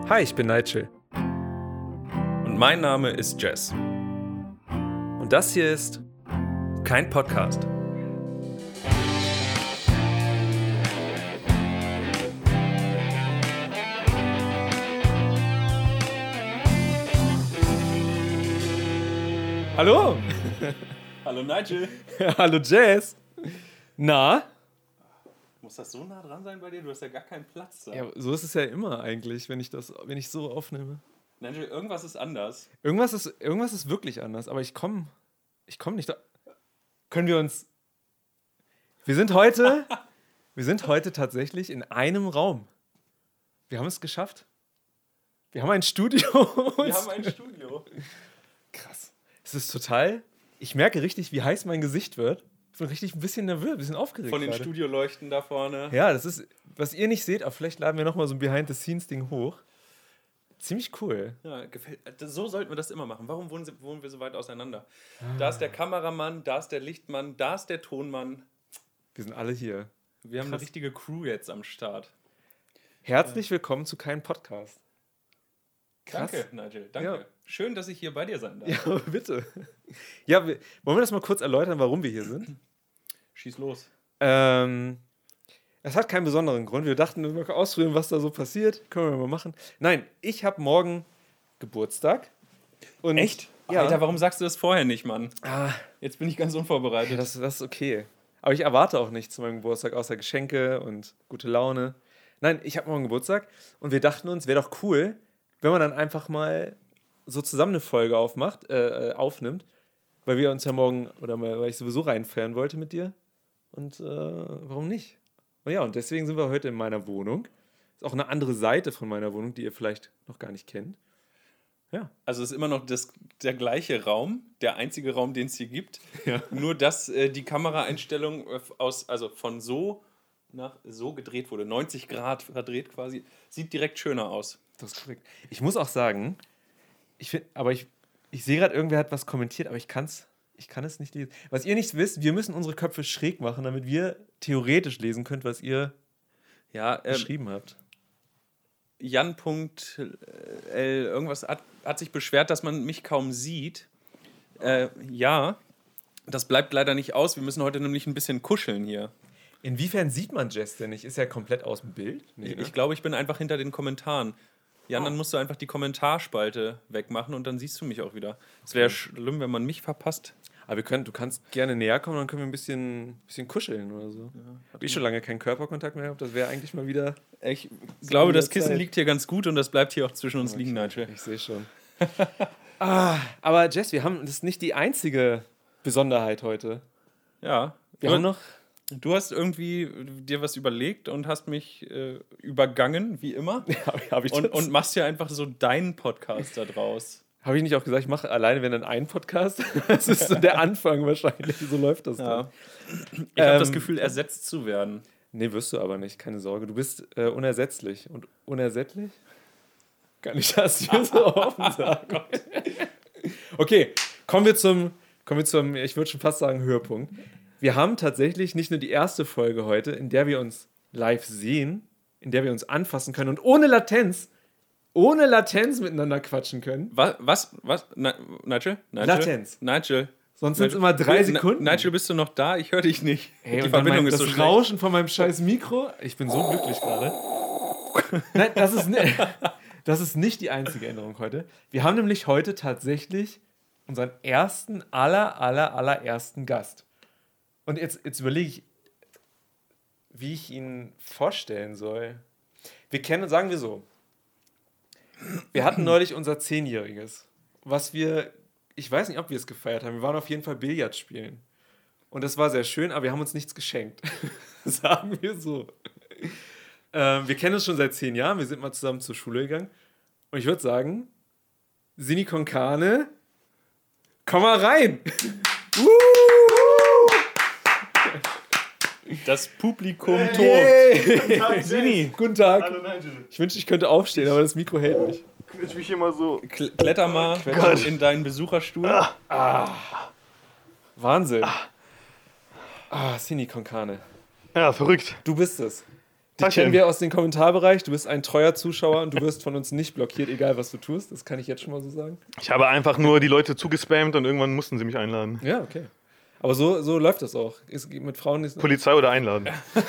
Hi, ich bin Nigel. Und mein Name ist Jess. Und das hier ist kein Podcast. Hallo. Hallo Nigel. Hallo Jess. Na? Muss das so nah dran sein bei dir? Du hast ja gar keinen Platz da. Ja, so ist es ja immer eigentlich, wenn ich so aufnehme. Nigel, irgendwas ist anders. Irgendwas ist wirklich anders, aber ich komm nicht da. Können wir uns. Wir sind heute tatsächlich in einem Raum. Wir haben es geschafft. Wir haben ein Studio. Wir haben ein Studio. Krass. Es ist total. Ich merke richtig, wie heiß mein Gesicht wird. Ich bin richtig ein bisschen nervös, ein bisschen aufgeregt. Von den gerade. Studioleuchten da vorne. Ja, das ist, was ihr nicht seht, aber vielleicht laden wir nochmal so ein Behind-the-Scenes-Ding hoch. Ziemlich cool. Ja, gefällt. So sollten wir das immer machen. Warum wohnen wir so weit auseinander? Da ist der Kameramann, da ist der Lichtmann, da ist der Tonmann. Wir sind alle hier. Wir haben eine richtige Crew jetzt am Start. Herzlich willkommen zu keinem Podcast. Krass. Danke, Nigel. Danke. Ja. Schön, dass ich hier bei dir sein darf. Ja, bitte. Ja, wollen wir das mal kurz erläutern, warum wir hier sind? Schieß los. Es hat keinen besonderen Grund. Wir dachten, wir können ausprobieren, was da so passiert. Können wir mal machen. Nein, ich habe morgen Geburtstag. Und Echt? Ja. Alter, warum sagst du das vorher nicht, Mann? Ah, Jetzt bin ich ganz unvorbereitet. ja, das ist okay. Aber ich erwarte auch nichts zu meinem Geburtstag, außer Geschenke und gute Laune. Nein, ich habe morgen Geburtstag und wir dachten uns, wäre doch cool, wenn man dann einfach mal so zusammen eine Folge aufnimmt, weil wir uns ja morgen, weil ich sowieso reinfeiern wollte mit dir. Und warum nicht? Und ja, und deswegen sind wir heute in meiner Wohnung. Ist auch eine andere Seite von meiner Wohnung, die ihr vielleicht noch gar nicht kennt. Ja. Also es ist immer noch der gleiche Raum, der einzige Raum, den es hier gibt. Ja. Nur, dass die Kameraeinstellung von so nach so gedreht wurde, 90 Grad verdreht quasi, sieht direkt schöner aus. Das ist korrekt. Ich muss auch sagen, ich sehe gerade, irgendwer hat was kommentiert, aber ich kann es nicht lesen. Was ihr nicht wisst, wir müssen unsere Köpfe schräg machen, damit wir theoretisch lesen könnt, was ihr geschrieben habt. Jan.l irgendwas hat sich beschwert, dass man mich kaum sieht. Ja, das bleibt leider nicht aus. Wir müssen heute nämlich ein bisschen kuscheln hier. Inwiefern sieht man Jess denn nicht? Ist er komplett aus dem Bild? Nee, ne? Ich glaube, ich bin einfach hinter den Kommentaren. Jan, dann musst du einfach die Kommentarspalte wegmachen und dann siehst du mich auch wieder. Es wäre schlimm, wenn man mich verpasst. Aber du kannst gerne näher kommen, dann können wir ein bisschen kuscheln oder so. Ja, habe ich schon lange keinen Körperkontakt mehr gehabt, das wäre eigentlich mal wieder. Ich glaube, das Kissen liegt hier ganz gut und das bleibt hier auch zwischen uns liegen, Nigel. Ich sehe schon. Aber Jess, das ist nicht die einzige Besonderheit heute. Ja. Wir haben noch. Du hast irgendwie dir was überlegt und hast mich übergangen, wie immer. Hab ich und machst ja einfach so deinen Podcast da draus. Habe ich nicht auch gesagt, ich mache alleine, wenn dann einen Podcast? Das ist so der Anfang wahrscheinlich. So läuft das dann. Ich habe das Gefühl, ersetzt zu werden. Nee, wirst du aber nicht, keine Sorge. Du bist unersetzlich. Und unersättlich? Kann ich das hier so offen sagen? Okay, kommen wir zum, ich würde schon fast sagen, Höhepunkt. Wir haben tatsächlich nicht nur die erste Folge heute, in der wir uns live sehen, in der wir uns anfassen können und ohne Latenz miteinander quatschen können. Was? Nigel? Latenz. Nigel. Sonst sind es immer 3 Sekunden. Nigel, bist du noch da? Ich höre dich nicht. Hey, die Verbindung ist so das schlecht. Rauschen von meinem scheiß Mikro. Ich bin so glücklich gerade. Nein, das ist nicht die einzige Änderung heute. Wir haben nämlich heute tatsächlich unseren allerersten Gast. Und jetzt überlege ich, wie ich ihn vorstellen soll. Sagen wir so, wir hatten neulich unser 10-Jähriges, ich weiß nicht, ob wir es gefeiert haben, wir waren auf jeden Fall Billard spielen. Und das war sehr schön, aber wir haben uns nichts geschenkt. Sagen wir so. Wir kennen uns schon seit 10 Jahren, wir sind mal zusammen zur Schule gegangen. Und ich würde sagen, Sini con Carne, komm mal rein! Das Publikum tobt. Hey. Sini. Guten Tag. Hallo Nigel. Ich wünschte, ich könnte aufstehen, aber das Mikro hält nicht. Ich mich immer so. Kletter mal in deinen Besucherstuhl. Wahnsinn. Sini con Carne. Ja, verrückt. Du bist es. kennen wir aus dem Kommentarbereich. Du bist ein treuer Zuschauer und du wirst von uns nicht blockiert, egal was du tust. Das kann ich jetzt schon mal so sagen. Ich habe einfach nur die Leute zugespammt und irgendwann mussten sie mich einladen. Ja, okay. Aber so läuft das auch. Mit Frauen ist Polizei oder einladen.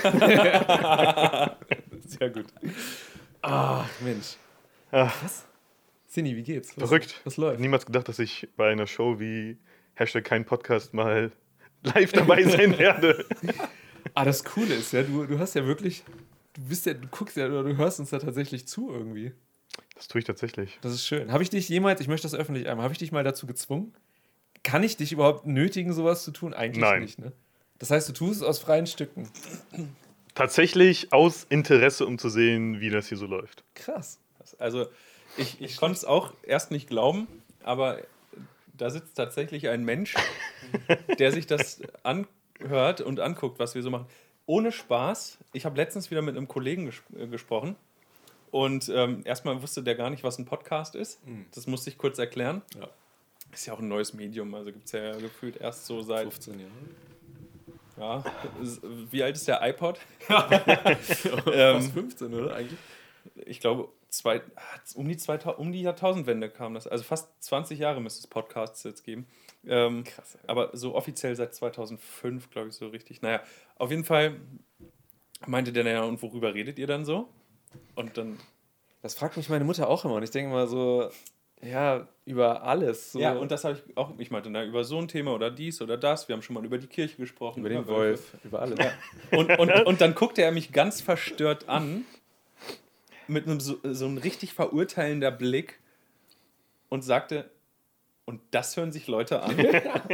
sehr gut. Ach, Mensch. Ach. Was? Cindy, wie geht's? Verrückt. Was Ich läuft? hätte niemals gedacht, dass ich bei einer Show wie #kein Podcast mal live dabei sein werde. Das Coole ist ja, du hast ja wirklich, du guckst ja oder du hörst uns ja tatsächlich zu irgendwie. Das tue ich tatsächlich. Das ist schön. Habe ich dich jemals, ich möchte das öffentlich einmal, habe ich dich mal dazu gezwungen? Kann ich dich überhaupt nötigen, sowas zu tun? Eigentlich Nein. nicht, ne? Das heißt, du tust es aus freien Stücken. Tatsächlich aus Interesse, um zu sehen, wie das hier so läuft. Krass. Also ich konnte es auch erst nicht glauben, aber da sitzt tatsächlich ein Mensch, der sich das anhört und anguckt, was wir so machen. Ohne Spaß. Ich habe letztens wieder mit einem Kollegen gesprochen und erstmal wusste der gar nicht, was ein Podcast ist. Das musste ich kurz erklären. Ja. Ist ja auch ein neues Medium, also gibt es ja gefühlt erst so seit 15 Jahre. Ja, wie alt ist der iPod? Fast 15, oder eigentlich? Ich glaube, um die Jahrtausendwende kam das. Also fast 20 Jahre müsste es Podcasts jetzt geben. Krass. Aber so offiziell seit 2005, glaube ich, so richtig. Naja, auf jeden Fall meinte der, naja, und worüber redet ihr dann so? Und dann... Das fragt mich meine Mutter auch immer und ich denke mal so, ja, über alles. So. Ja, und das habe ich auch, ich meinte, na, über so ein Thema oder dies oder das. Wir haben schon mal über die Kirche gesprochen. Über den Wolf, über alles. Ja. Und dann guckte er mich ganz verstört an, mit einem so einem richtig verurteilender Blick und sagte, und das hören sich Leute an?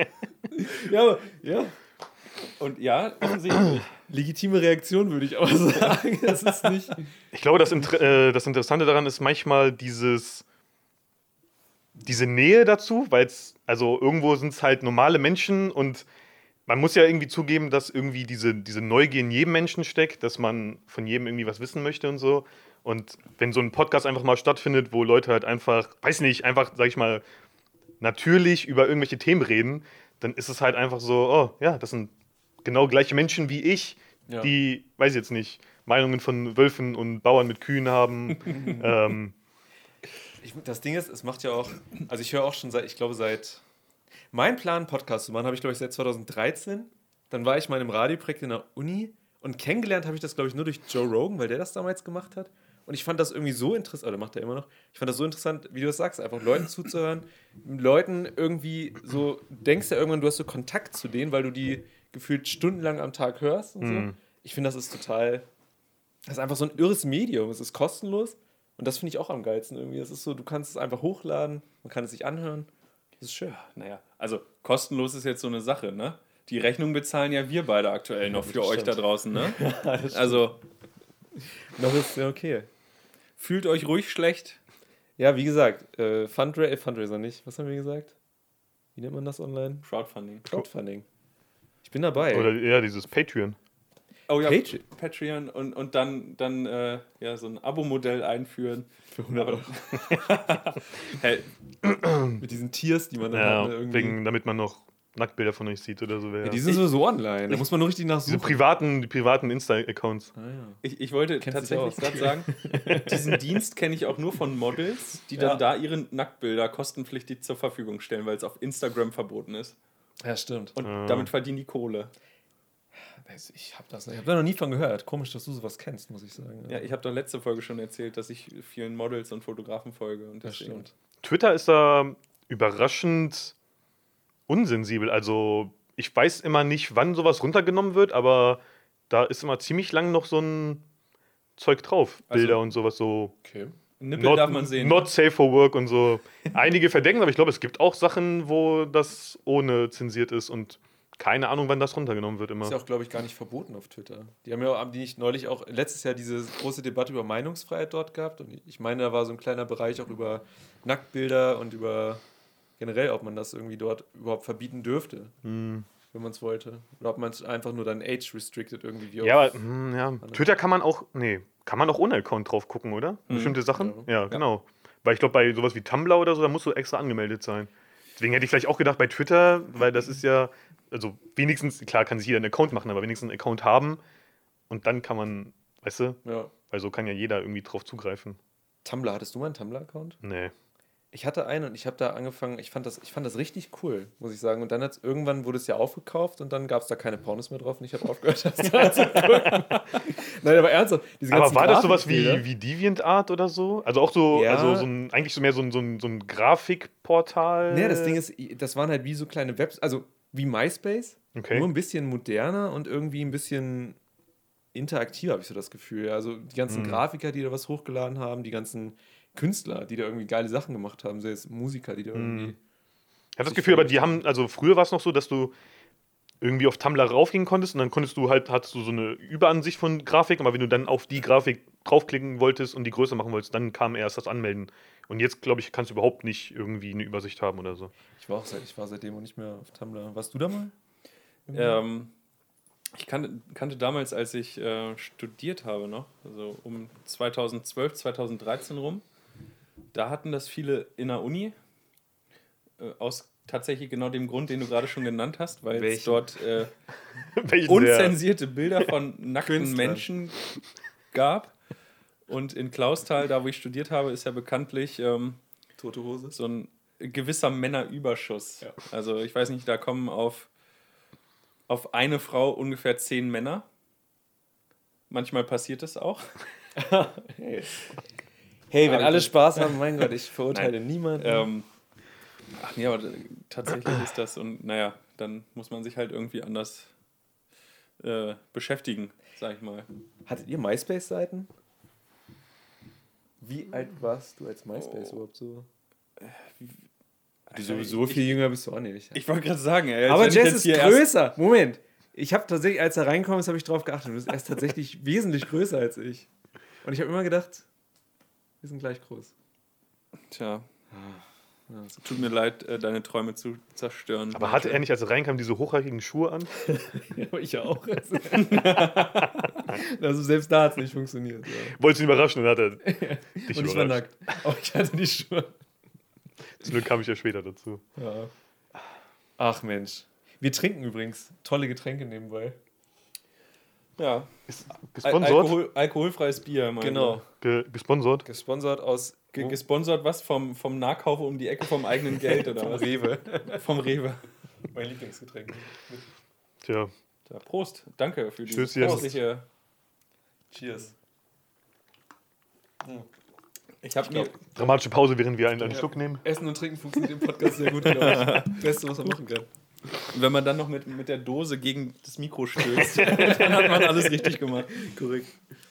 Ja. Und ja, offensichtlich. Legitime Reaktion, würde ich aber sagen. Das ist nicht... Ich glaube, das Interessante daran ist manchmal diese Nähe dazu, weil also irgendwo sind es halt normale Menschen und man muss ja irgendwie zugeben, dass irgendwie diese Neugier in jedem Menschen steckt, dass man von jedem irgendwie was wissen möchte und so. Und wenn so ein Podcast einfach mal stattfindet, wo Leute halt einfach, weiß nicht, einfach, sag ich mal, natürlich über irgendwelche Themen reden, dann ist es halt einfach so, oh ja, das sind genau gleiche Menschen wie ich, Ja. die, weiß ich jetzt nicht, Meinungen von Wölfen und Bauern mit Kühen haben. Das Ding ist, es macht ja auch, also ich höre auch schon seit, mein Plan, Podcast zu machen, habe ich, glaube ich, seit 2013. Dann war ich mal in einem Radioprojekt in der Uni und kennengelernt habe ich das, glaube ich, nur durch Joe Rogan, weil der das damals gemacht hat. Und ich fand das irgendwie so interessant, oder macht er immer noch, ich fand das so interessant, wie du das sagst, einfach Leuten zuzuhören, Leuten irgendwie so, denkst ja irgendwann, du hast so Kontakt zu denen, weil du die gefühlt stundenlang am Tag hörst und so. Ich finde, das ist einfach so ein irres Medium, es ist kostenlos und das finde ich auch am geilsten irgendwie. Es ist so, du kannst es einfach hochladen, man kann es sich anhören, das ist schön. Naja, also kostenlos ist jetzt so eine Sache, ne? Die Rechnung bezahlen ja wir beide aktuell noch für euch da draußen, ne? Also, Noch ist ja okay. fühlt euch ruhig schlecht. Ja, wie gesagt, Fundraiser nicht. Was haben wir gesagt? Wie nennt man das online? Crowdfunding. Crowdfunding. Ich bin dabei. Oder eher dieses Patreon. Oh ja, Patreon. Patreon und dann ja, so ein Abo-Modell einführen. Für 100 Euro. Hey, Mit diesen Tiers, die man dann Ja, hat. Ne, irgendwie. damit man noch Nacktbilder von euch sieht oder so. Ja, die sind sowieso online. Da muss man nur richtig Diese nachsuchen. die privaten Insta-Accounts. Ah, ja. ich wollte Kennst du tatsächlich dich aus? gerade sagen, diesen Dienst kenne ich auch nur von Models, die dann da ihre Nacktbilder kostenpflichtig zur Verfügung stellen, weil es auf Instagram verboten ist. Ja, stimmt. Und damit verdienen die Kohle. Ich habe da noch nie von gehört. Komisch, dass du sowas kennst, muss ich sagen. Ja, ich habe doch letzte Folge schon erzählt, dass ich vielen Models und Fotografen folge. Und das deswegen. stimmt. Twitter ist da überraschend unsensibel. Also ich weiß immer nicht, wann sowas runtergenommen wird, aber da ist immer ziemlich lang noch so ein Zeug drauf. Bilder Also- und sowas so. Okay. Nippel darf man sehen. Not safe for work und so. Einige verdecken, aber ich glaube, es gibt auch Sachen, wo das ohne zensiert ist und keine Ahnung, wann das runtergenommen wird immer. Ist ja auch, glaube ich, gar nicht verboten auf Twitter. Die haben die nicht neulich auch letztes Jahr diese große Debatte über Meinungsfreiheit dort gehabt. Und ich meine, da war so ein kleiner Bereich auch über Nacktbilder und über generell, ob man das irgendwie dort überhaupt verbieten dürfte, wenn man es wollte. Oder ob man es einfach nur dann age-restricted irgendwie wie Ja, auf- aber Twitter kann man auch ohne Account drauf gucken, oder? Bestimmte Sachen? Ja, genau. Weil ich glaube, bei sowas wie Tumblr oder so, da musst du extra angemeldet sein. Deswegen hätte ich vielleicht auch gedacht, bei Twitter, weil das ist ja, also wenigstens, klar kann sich jeder einen Account machen, aber wenigstens einen Account haben und dann kann man, Weißt du? Ja. Weil so kann ja jeder irgendwie drauf zugreifen. Tumblr, hattest du mal einen Tumblr-Account? Nee. Ich hatte einen und ich habe da angefangen, ich fand das richtig cool, muss ich sagen. Und dann irgendwann wurde es ja aufgekauft und dann gab es da keine Pornos mehr drauf und ich habe aufgehört, das da zu gucken. Nein, aber ernsthaft. Diese Aber ganzen war das sowas Grafikbilder- wie DeviantArt oder so? Also auch so, Ja. also eigentlich so mehr so ein Grafikportal? Nee, das Ding ist, das waren halt wie so kleine Webs, also wie MySpace, Okay. nur ein bisschen moderner und irgendwie ein bisschen interaktiver, habe ich so das Gefühl. Also die ganzen Grafiker, die da was hochgeladen haben, die ganzen Künstler, die da irgendwie geile Sachen gemacht haben, selbst Musiker, die da irgendwie... Ich habe das Gefühl, aber die haben, also früher war es noch so, dass du irgendwie auf Tumblr raufgehen konntest und dann hattest du so eine Überansicht von Grafik, aber wenn du dann auf die Grafik draufklicken wolltest und die größer machen wolltest, dann kam erst das Anmelden. Und jetzt, glaube ich, kannst du überhaupt nicht irgendwie eine Übersicht haben oder so. Ich war seitdem auch nicht mehr auf Tumblr. Warst du da mal? Ich kannte damals, als ich studiert habe noch, also um 2012, 2013 rum, da hatten das viele in der Uni, aus tatsächlich genau dem Grund, den du gerade schon genannt hast, weil es Welchen? dort Welchen unzensierte Bilder von nackten Künstlern. Menschen gab. Und in Clausthal, da wo ich studiert habe, ist ja bekanntlich Tote Hose? so ein gewisser Männerüberschuss. Ja. Also ich weiß nicht, da kommen auf eine Frau ungefähr 10 Männer. Manchmal passiert es auch. Hey, wenn Aber alle das- Spaß haben, mein Gott, ich verurteile niemanden. Ach nee, aber tatsächlich ist das, und naja, dann muss man sich halt irgendwie anders beschäftigen, sag ich mal. Hattet ihr MySpace-Seiten? Wie alt warst du als MySpace überhaupt so? So viel jünger bist du auch nicht. Ich wollte gerade sagen, ey, Aber wenn ich Jess jetzt ist hier erst- größer. Moment. Ich habe tatsächlich, als er reinkommt, habe ich drauf geachtet. Du bist erst tatsächlich wesentlich größer als ich. Und ich habe immer gedacht, wir sind gleich groß. Tja, tut mir leid, deine Träume zu zerstören. Aber hatte er nicht, als er reinkam, diese hochhackigen Schuhe an? Ja, aber ich auch. Also selbst da hat es nicht funktioniert. Ja. Wolltest ihn überraschen und hat er dich Und ich war überrascht. nackt. Aber ich hatte die Schuhe. Zum Glück kam ich ja später dazu. Ja. Ach Mensch. Wir trinken übrigens tolle Getränke nebenbei. Ja, Gesponsert? alkoholfreies Bier, mein Genau. Gesponsert? Gesponsert aus Gesponsert was? Vom Nahkauf um die Ecke vom eigenen Geld oder was? Rewe. Vom Rewe. Mein Lieblingsgetränk. Tja, Ja, Prost, danke für Tschüss, die Jens. köstliche... Cheers. Ich habe mir... dramatische Pause, während wir einen Schluck nehmen. Essen und Trinken funktioniert im Podcast sehr gut, glaube ich. Beste, was man machen kann. Wenn man dann noch mit der Dose gegen das Mikro stößt, dann hat man alles richtig gemacht. Korrekt.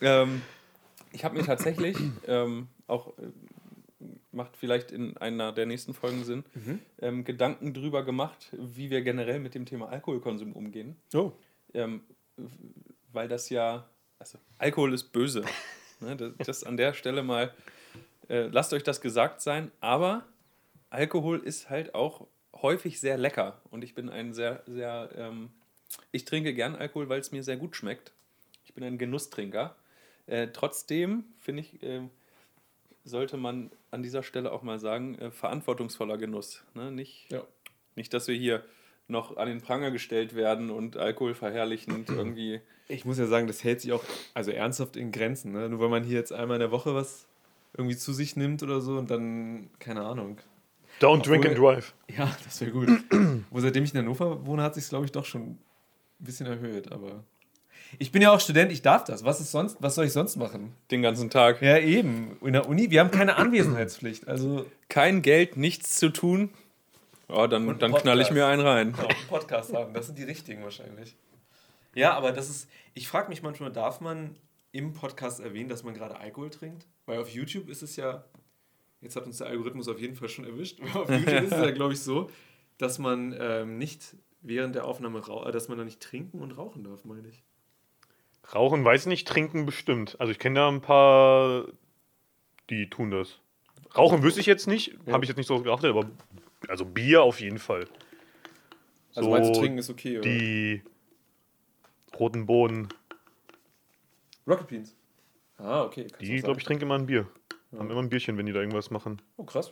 Ich habe mir tatsächlich auch, macht vielleicht in einer der nächsten Folgen Sinn, Gedanken drüber gemacht, wie wir generell mit dem Thema Alkoholkonsum umgehen. Oh. Weil das ja, also Alkohol ist böse. Ne, das an der Stelle mal, lasst euch das gesagt sein, aber Alkohol ist halt auch häufig sehr lecker und ich bin ein ich trinke gern Alkohol, weil es mir sehr gut schmeckt. Ich bin ein Genusstrinker. Trotzdem, finde ich, sollte man an dieser Stelle auch mal sagen, verantwortungsvoller Genuss. Ne? Nicht, dass wir hier noch an den Pranger gestellt werden und Alkohol verherrlichend irgendwie... Ich muss ja sagen, das hält sich auch also ernsthaft in Grenzen. Ne? Nur weil man hier jetzt einmal in der Woche was irgendwie zu sich nimmt oder so und dann, keine Ahnung. Don't drink and drive. Ja, das wäre gut. Wo seitdem ich in Hannover wohne, hat sich glaube ich, doch schon ein bisschen erhöht. Aber ich bin ja auch Student, ich darf das. Was soll ich sonst machen? Den ganzen Tag. Ja, eben. In der Uni, wir haben keine Anwesenheitspflicht. Also Kein Geld, nichts zu tun. Ja, dann Und knall ich Podcast. mir einen rein. auch einen Podcast haben. Das sind die richtigen wahrscheinlich. Ja, aber das ist, ich frage mich manchmal, darf man im Podcast erwähnen, dass man gerade Alkohol trinkt? Weil auf YouTube ist es ja, jetzt hat uns der Algorithmus auf jeden Fall schon erwischt, aber auf YouTube ist es ja, glaube ich, so, dass man nicht während der Aufnahme, dass man da nicht trinken und rauchen darf, meine ich. Rauchen weiß ich nicht, trinken bestimmt. Also ich kenne da ein paar, die tun das. Rauchen wüsste ich jetzt nicht, habe ich jetzt nicht so geachtet, aber also Bier auf jeden Fall. Also meinst du, trinken ist okay, oder? Die roten Bohnen, Rocket Beans. Ah, okay. kannst du die, auch glaube ich, sagen. trinken immer ein Bier. Haben immer ein Bierchen, wenn die da irgendwas machen. Oh, krass.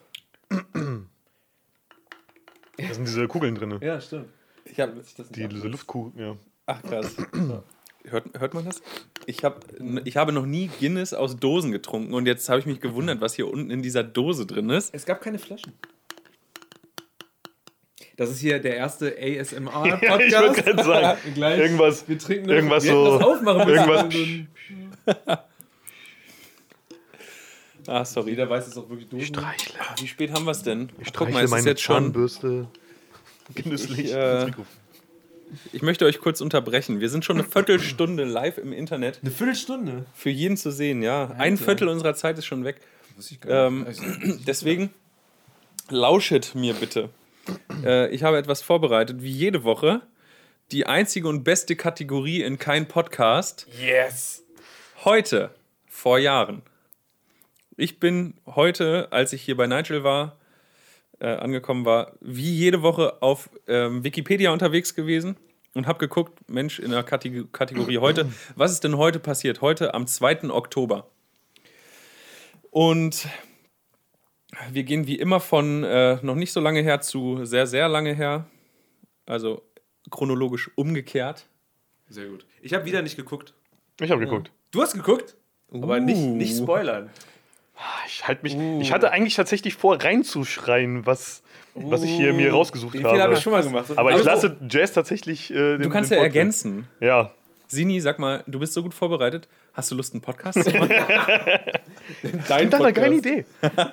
Da sind diese Kugeln drin. Ja, stimmt. Ich hab, Diese Luftkugeln, ja. ach krass. Hört man das? Ich habe noch nie Guinness aus Dosen getrunken und jetzt habe ich mich gewundert, was hier unten in dieser Dose drin ist. Es gab keine Flaschen. Das ist hier der erste ASMR-Podcast. Ich wollte gerade sagen, Gleich, irgendwas, wir trinken irgendwas wir hätten so. das aufmachen müssen. Irgendwas. Ah, sorry. Jeder weiß es auch wirklich durch. Streichle. Wie spät haben wir es denn? Ich Guck mal, streichle es ist meine jetzt schon. Zahnbürste genüsslich ins Mikrofon. Ich möchte euch kurz unterbrechen. Wir sind schon eine Viertelstunde live im Internet. Eine Viertelstunde? Für jeden zu sehen, ja. Ein Viertel unserer Zeit ist schon weg. Deswegen lauschet mir bitte. Ich habe etwas vorbereitet, wie jede Woche. Die einzige und beste Kategorie in kein Podcast. Yes! Heute, vor Jahren. Ich bin heute, als ich hier bei Nigel war, angekommen war, wie jede Woche auf Wikipedia unterwegs gewesen und habe geguckt, Mensch, in der Kategorie heute, was ist denn heute passiert? Heute am 2. Oktober. Und wir gehen wie immer von noch nicht so lange her zu sehr, sehr lange her. Also chronologisch umgekehrt. Sehr gut. Ich habe wieder nicht geguckt. Ich habe geguckt. Du hast geguckt? Aber nicht spoilern. Ich hatte eigentlich tatsächlich vor, reinzuschreien, was ich hier mir rausgesucht habe. Den Fehler habe ich schon mal gemacht. Aber ich lasse Jazz tatsächlich Du kannst ja ergänzen. Ja. Sini, sag mal, du bist so gut vorbereitet. Hast du Lust, einen Podcast zu machen? Dein Podcast. Eine geile Idee.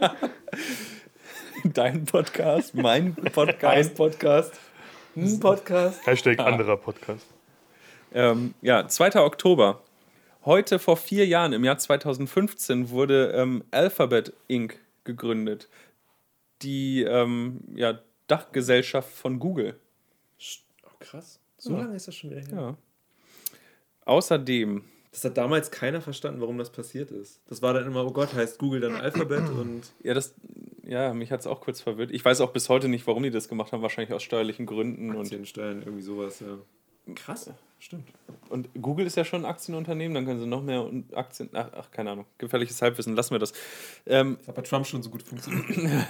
Dein Podcast, mein Podcast. Ein Podcast. Ein Podcast. Hashtag anderer Podcast. Ja, 2. Oktober. Heute vor 4 Jahren, im Jahr 2015, wurde Alphabet Inc. gegründet. Die Dachgesellschaft von Google. Oh, krass. So lange ist das schon wieder her. Ja. Außerdem. Das hat damals keiner verstanden, warum das passiert ist. Das war dann immer, oh Gott, heißt Google dann Alphabet und... Ja, mich hat es auch kurz verwirrt. Ich weiß auch bis heute nicht, warum die das gemacht haben. Wahrscheinlich aus steuerlichen Gründen. Aktiensteuern, irgendwie sowas, ja. Krass, stimmt. Und Google ist ja schon ein Aktienunternehmen, dann können sie noch mehr Aktien... Ach, keine Ahnung. Gefährliches Halbwissen, lassen wir das. Das hat bei Trump schon so gut funktioniert.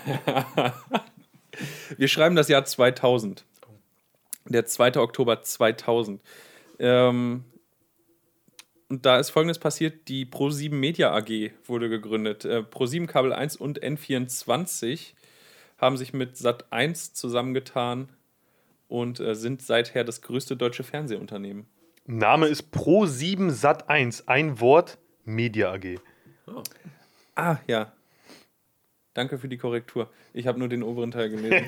Wir schreiben das Jahr 2000. Der 2. Oktober 2000. Und da ist Folgendes passiert: Die Pro7 Media AG wurde gegründet. Pro7 Kabel 1 und N24 haben sich mit Sat1 zusammengetan und sind seither das größte deutsche Fernsehunternehmen. Name ist Pro7 Sat1. Ein Wort, Media AG. Oh. Ah, ja. Danke für die Korrektur. Ich habe nur den oberen Teil gelesen.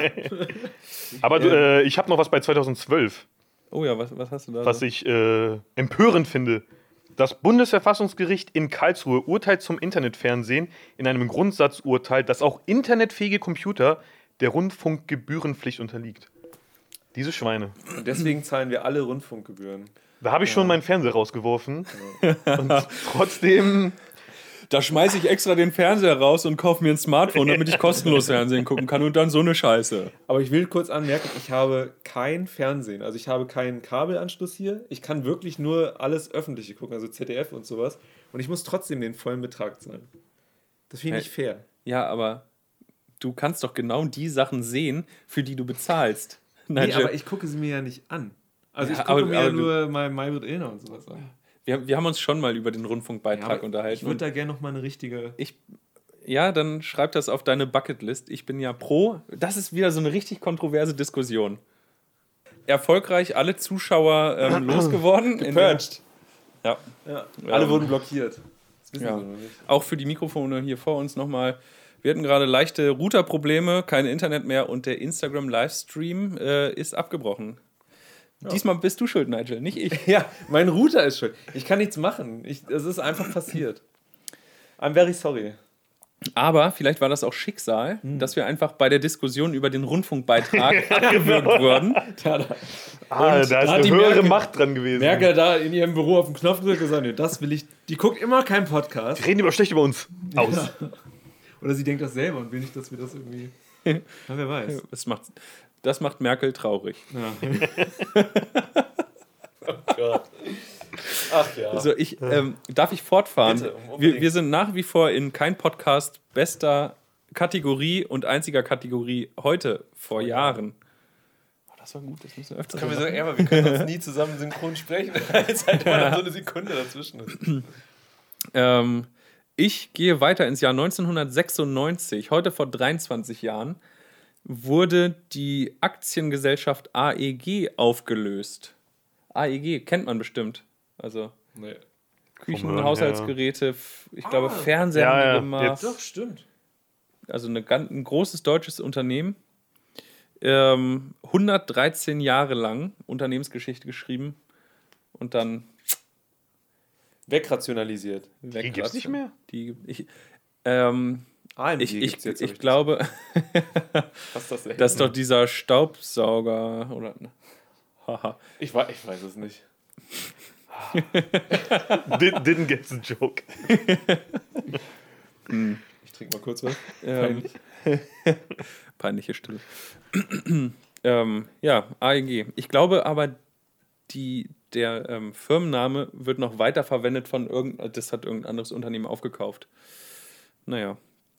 Aber ich habe noch was bei 2012. Oh ja, was hast du da? Was ich empörend finde. Das Bundesverfassungsgericht in Karlsruhe urteilt zum Internetfernsehen in einem Grundsatzurteil, dass auch internetfähige Computer der Rundfunkgebührenpflicht unterliegt. Diese Schweine. Und deswegen zahlen wir alle Rundfunkgebühren. Da habe ich schon meinen Fernseher rausgeworfen. Und trotzdem... Da schmeiße ich extra den Fernseher raus und kaufe mir ein Smartphone, damit ich kostenlos Fernsehen gucken kann und dann so eine Scheiße. Aber ich will kurz anmerken, ich habe kein Fernsehen. Also ich habe keinen Kabelanschluss hier. Ich kann wirklich nur alles Öffentliche gucken, also ZDF und sowas. Und ich muss trotzdem den vollen Betrag zahlen. Das finde ich nicht fair. Ja, aber du kannst doch genau die Sachen sehen, für die du bezahlst. Nee, aber ich gucke sie mir ja nicht an. Also ja, ich gucke mir ja nur mal Maybrit Illner und sowas an. Wir haben uns schon mal über den Rundfunkbeitrag unterhalten. Ich würde da gerne noch mal eine richtige... Ja, dann schreib das auf deine Bucketlist. Ich bin ja pro. Das ist wieder so eine richtig kontroverse Diskussion. Erfolgreich alle Zuschauer losgeworden. Gepurcht. Ja. Alle wurden blockiert. Das wissen ja. wir noch nicht. Auch für die Mikrofone hier vor uns nochmal. Wir hatten gerade leichte Routerprobleme, kein Internet mehr und der Instagram-Livestream ist abgebrochen. Ja. Diesmal bist du schuld, Nigel, nicht ich. Ja, mein Router ist schuld. Ich kann nichts machen. Es ist einfach passiert. I'm very sorry. Aber vielleicht war das auch Schicksal, dass wir einfach bei der Diskussion über den Rundfunkbeitrag abgewürgt wurden. Da ist eine höhere Macht dran gewesen. Merkel da in ihrem Büro auf den Knopf gedrückt und gesagt, nee, das will ich. Die guckt immer keinen Podcast. Die reden aber schlecht über uns aus. Ja. Oder sie denkt das selber und will nicht, dass wir das irgendwie. Na, wer weiß. Das macht Merkel traurig. Ja. Oh Gott. Ach ja. Also darf ich fortfahren? Bitte, wir sind nach wie vor in kein Podcast bester Kategorie und einziger Kategorie heute vor Jahren. Das war gut, das müssen wir öfter Können wir machen. sagen, aber wir können uns nie zusammen synchron sprechen, weil es halt immer so eine Sekunde dazwischen ist. Ich gehe weiter ins Jahr 1996. Heute vor 23 Jahren wurde die Aktiengesellschaft AEG aufgelöst. AEG kennt man bestimmt. Also Nee. Küchen, Vom Hören Haushaltsgeräte, ich glaube Fernseher Ja, haben die ja, gemacht. jetzt. Stimmt. Also ein großes deutsches Unternehmen. 113 Jahre lang Unternehmensgeschichte geschrieben und dann Wegrationalisiert. weg. Die gibt's nicht mehr? AMG Ich gibt's jetzt, hab glaube, Was ist das das ist doch dieser Staubsauger oder. Haha. Ich weiß es nicht. Didn't get the joke. Ich trinke mal kurz was. Peinlich. Peinliche Stille. Ja, AEG. Ich glaube aber, der Firmenname wird noch weiter verwendet das hat irgendein anderes Unternehmen aufgekauft. Naja.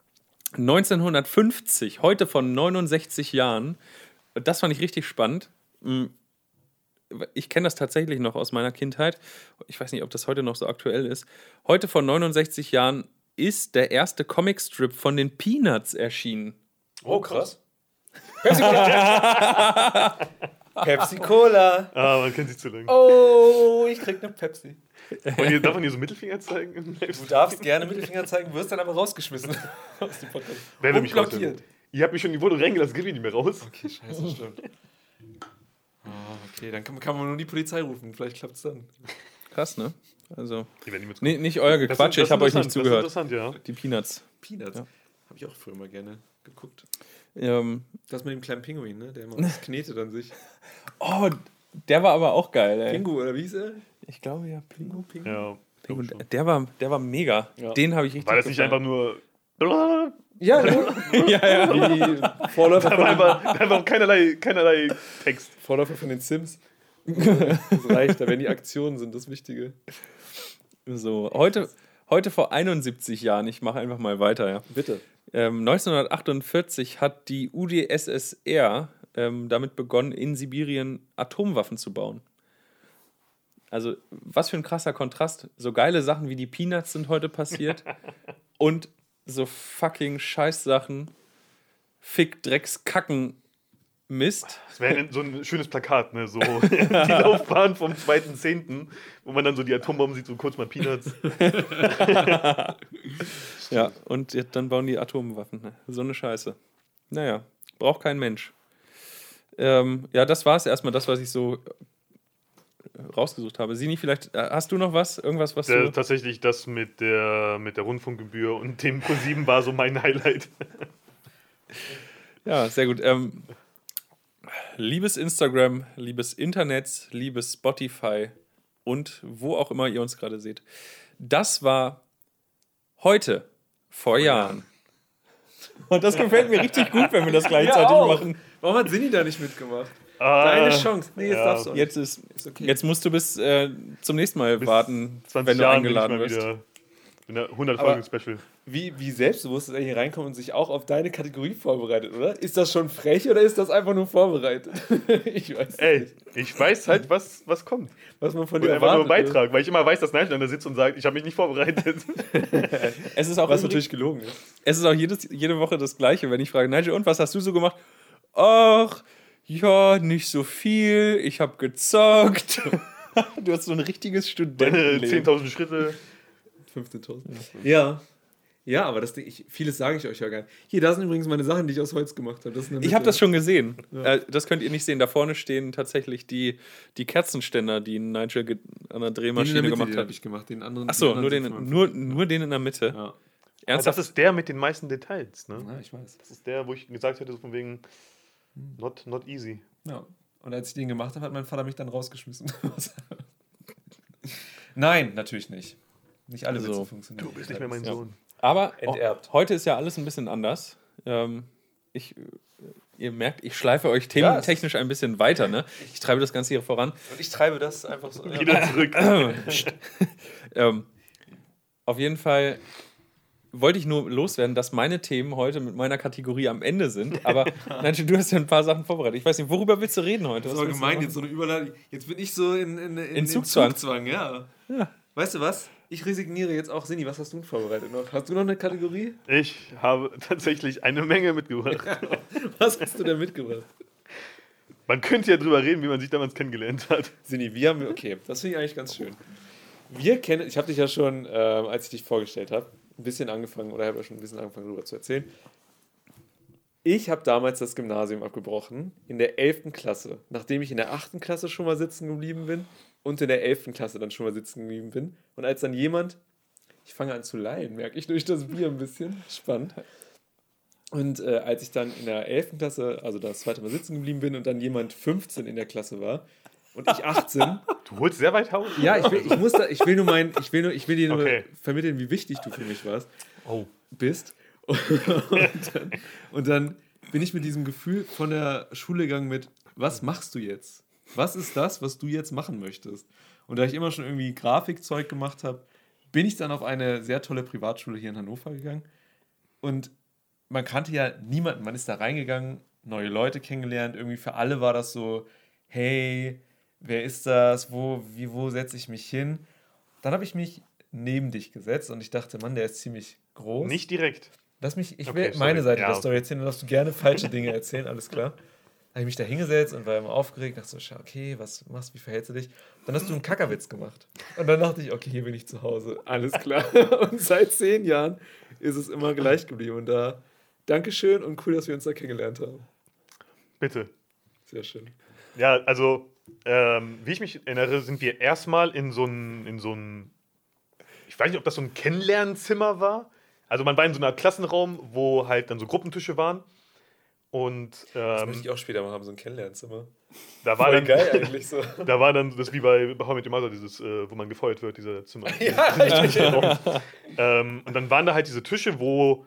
1950, heute von 69 Jahren, das fand ich richtig spannend. Ich kenne das tatsächlich noch aus meiner Kindheit. Ich weiß nicht, ob das heute noch so aktuell ist. Heute vor 69 Jahren ist der erste Comicstrip von den Peanuts erschienen. Oh, krass. Pepsi Cola. Pepsi Cola. Ah, man kennt sich zu lange. Oh, ich krieg eine Pepsi. Darf man hier so Mittelfinger zeigen? Du darfst gerne Mittelfinger zeigen, wirst dann aber rausgeschmissen aus dem Podcast. Wer will mich blockiert. rausnehmen? Ihr habt mich schon in die Wohnung reingelassen, geht mich nicht mehr raus. Okay, scheiße, stimmt. Okay, dann kann man nur die Polizei rufen. Vielleicht klappt es dann. Krass, ne? Also, Die werden nicht nicht euer Das Gequatsch, ist ich habe euch nicht interessant, zugehört. Das ist interessant, ja. Die Peanuts. Peanuts. Ja. Habe ich auch früher mal gerne geguckt. Das Das mit dem kleinen Pinguin, ne? Der immer was knetet an sich. Oh, der war aber auch geil, ey. Pingu, oder wie hieß er? Ich glaube ja, Pingu. Ja. Pingu. glaub schon. Der war mega. Ja. Den habe ich richtig War das nicht einfach nur. Da Ja, ja. wie die Vorläufer war einfach keinerlei Text. Vorläufer von den Sims. Das reicht, da wenn die Aktionen sind, das Wichtige. So, heute vor 71 Jahren, ich mache einfach mal weiter, ja. Bitte. 1948 hat die UdSSR damit begonnen, in Sibirien Atomwaffen zu bauen. Also, was für ein krasser Kontrast. So geile Sachen wie die Peanuts sind heute passiert und so fucking Scheißsachen, Fick, Drecks, Kacken, Mist. Das wäre so ein schönes Plakat, ne? So die Laufbahn vom 2.10., wo man dann so die Atombomben sieht, so kurz mal Peanuts. Ja, und dann bauen die Atomwaffen. Ne? So eine Scheiße. Naja, braucht kein Mensch. Ja, das war es erstmal, das, was ich so rausgesucht habe. Sini, vielleicht hast du noch was? Irgendwas, was du... Tatsächlich das mit der Rundfunkgebühr und dem Pro7 war so mein Highlight. Ja, sehr gut. Liebes Instagram, liebes Internet, liebes Spotify und wo auch immer ihr uns gerade seht. Das war heute vor Jahren. Und das gefällt mir richtig gut, wenn wir das gleichzeitig machen. Warum hat Sini da nicht mitgemacht? Deine Chance. Nee, jetzt ja. darfst du auch nicht. Okay. Jetzt musst du bis zum nächsten Mal warten, 20 wenn du Jahren eingeladen bin ich wirst. mal wieder in der 100 Aber- Folgen Special. Wie selbstbewusst er hier reinkommt und sich auch auf deine Kategorie vorbereitet, oder? Ist das schon frech oder ist das einfach nur vorbereitet? Ich weiß es Ey, nicht. ich weiß halt, was kommt. Was man von Und dir einfach nur erwartet. Beitrag, weil ich immer weiß, dass Nigel da sitzt und sagt, ich habe mich nicht vorbereitet. Es ist auch Was übrigens- natürlich gelogen ist. Es ist auch jede Woche das Gleiche, wenn ich frage, Nigel, und was hast du so gemacht? Ach, ja, nicht so viel. Ich habe gezockt. Du hast so ein richtiges Meine Studentenleben. 10.000 Schritte. 15.000. Ja. Ja, aber vieles sage ich euch ja gar nicht. Hier, da sind übrigens meine Sachen, die ich aus Holz gemacht habe. Ich habe das schon gesehen. Das könnt ihr nicht sehen. Da vorne stehen tatsächlich die Kerzenständer, die Nigel an der Drehmaschine gemacht hat. Ich gemacht. Den anderen, Achso, die nur anderen den in der Mitte. Ja. Aber Ernsthaft? das ist der mit den meisten Details, ne? Ja, ich weiß. Das ist der, wo ich gesagt hätte, so von wegen not easy. Ja. Und als ich den gemacht habe, hat mein Vater mich dann rausgeschmissen. Nein, natürlich nicht. Nicht alle Witze So. funktionieren. Du bist nicht mehr mein Ja. Sohn. Aber Enterbt. heute ist ja alles ein bisschen anders. Ihr merkt, ich schleife euch thementechnisch ein bisschen weiter. Ne? Ich treibe das Ganze hier voran. Und ich treibe das einfach so. Wieder zurück. Auf jeden Fall wollte ich nur loswerden, dass meine Themen heute mit meiner Kategorie am Ende sind. Aber Nigel, du hast ja ein paar Sachen vorbereitet. Ich weiß nicht, worüber willst du reden heute? Das war gemein, jetzt so eine Überleitung. Jetzt bin ich so in Zugzwang. Ja. Weißt du was? Ich resigniere jetzt auch. Sini, was hast du denn vorbereitet noch? Hast du noch eine Kategorie? Ich habe tatsächlich eine Menge mitgebracht. Was hast du denn mitgebracht? Man könnte ja drüber reden, wie man sich damals kennengelernt hat. Sini, okay, das finde ich eigentlich ganz schön. Ich habe dich ja schon, als ich dich vorgestellt habe, ein bisschen angefangen, oder habe ja schon ein bisschen angefangen, darüber zu erzählen. Ich habe damals das Gymnasium abgebrochen, in der 11. Klasse, nachdem ich in der 8. Klasse schon mal sitzen geblieben bin und in der 11. Klasse dann schon mal sitzen geblieben bin. Und als dann jemand, ich fange an zu lallen, merke ich durch das Bier ein bisschen, spannend. Und als ich dann in der 11. Klasse, also das zweite Mal sitzen geblieben bin und dann jemand 15 in der Klasse war und ich 18. Du holst sehr weit aus? Ja, ich will dir nur vermitteln, wie wichtig du für mich bist. Und dann bin ich mit diesem Gefühl von der Schule gegangen mit, was machst du jetzt? Was ist das, was du jetzt machen möchtest? Und da ich immer schon irgendwie Grafikzeug gemacht habe, bin ich dann auf eine sehr tolle Privatschule hier in Hannover gegangen. Und man kannte ja niemanden, man ist da reingegangen, neue Leute kennengelernt, irgendwie für alle war das so, hey, wer ist das, wo setze ich mich hin? Dann habe ich mich neben dich gesetzt und ich dachte, Mann, der ist ziemlich groß. Nicht direkt. Ich will meine Seite der Story erzählen, dann darfst du gerne falsche Dinge erzählen, alles klar. Habe ich mich da hingesetzt und war immer aufgeregt, dachte so, okay, was machst du, wie verhältst du dich? Dann hast du einen Kackerwitz gemacht. Und dann dachte ich, okay, hier bin ich zu Hause, alles klar. Und seit 10 Jahren ist es immer gleich geblieben. Und da, Dankeschön und cool, dass wir uns da kennengelernt haben. Bitte. Sehr schön. Ja, also, wie ich mich erinnere, sind wir erstmal in so ein, ich weiß nicht, ob das so ein Kennenlernzimmer war. Also man war in so einer Klassenraum, wo halt dann so Gruppentische waren. Und das möchte ich auch später mal haben, so ein Kennenlernzimmer. Da war dann geil eigentlich so. Da war dann das wie bei How I Met Your Mother, dieses, wo man gefeuert wird, dieser Zimmer. Und dann waren da halt diese Tische, wo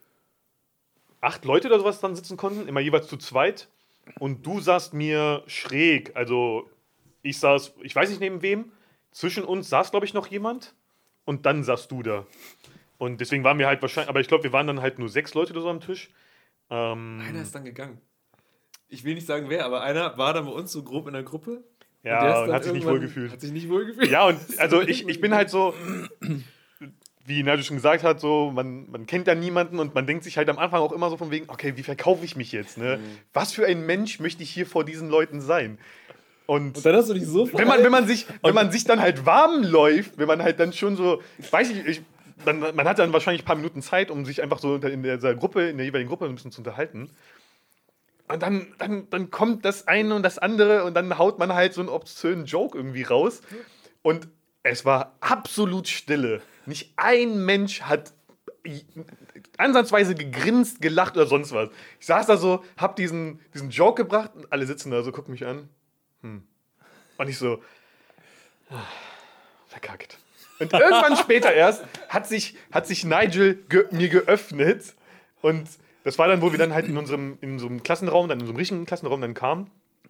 8 Leute oder sowas dann sitzen konnten, immer jeweils zu zweit. Und du saßt mir schräg. Also ich saß, ich weiß nicht neben wem, zwischen uns saß, glaube ich, noch jemand. Und dann saßt du da. Und deswegen waren wir halt wahrscheinlich, aber ich glaube, wir waren dann halt nur 6 Leute oder so am Tisch. Einer ist dann gegangen. Ich will nicht sagen wer, aber einer war dann bei uns so grob in der Gruppe. Ja, und hat sich nicht wohl gefühlt. Hat sich nicht wohl gefühlt. Ja, und also ich bin halt so, wie Nigel schon gesagt hat, so, man kennt da niemanden und man denkt sich halt am Anfang auch immer so von wegen, okay, wie verkaufe ich mich jetzt? Ne? Was für ein Mensch möchte ich hier vor diesen Leuten sein? Und dann hast du dich so wenn man sich dann halt warm läuft, wenn man halt dann schon so, weiß ich, man hat dann wahrscheinlich ein paar Minuten Zeit, um sich einfach so in der jeweiligen Gruppe ein bisschen zu unterhalten. Und dann kommt das eine und das andere und dann haut man halt so einen obszönen Joke irgendwie raus. Und es war absolut Stille. Nicht ein Mensch hat ansatzweise gegrinst, gelacht oder sonst was. Ich saß da so, hab diesen Joke gebracht und alle sitzen da so, gucken mich an. Und ich so, verkackt. Und irgendwann später erst hat sich Nigel mir geöffnet. Und das war dann, wo wir dann halt in unserem Klassenraum, dann in unserem richtigen Klassenraum dann kamen.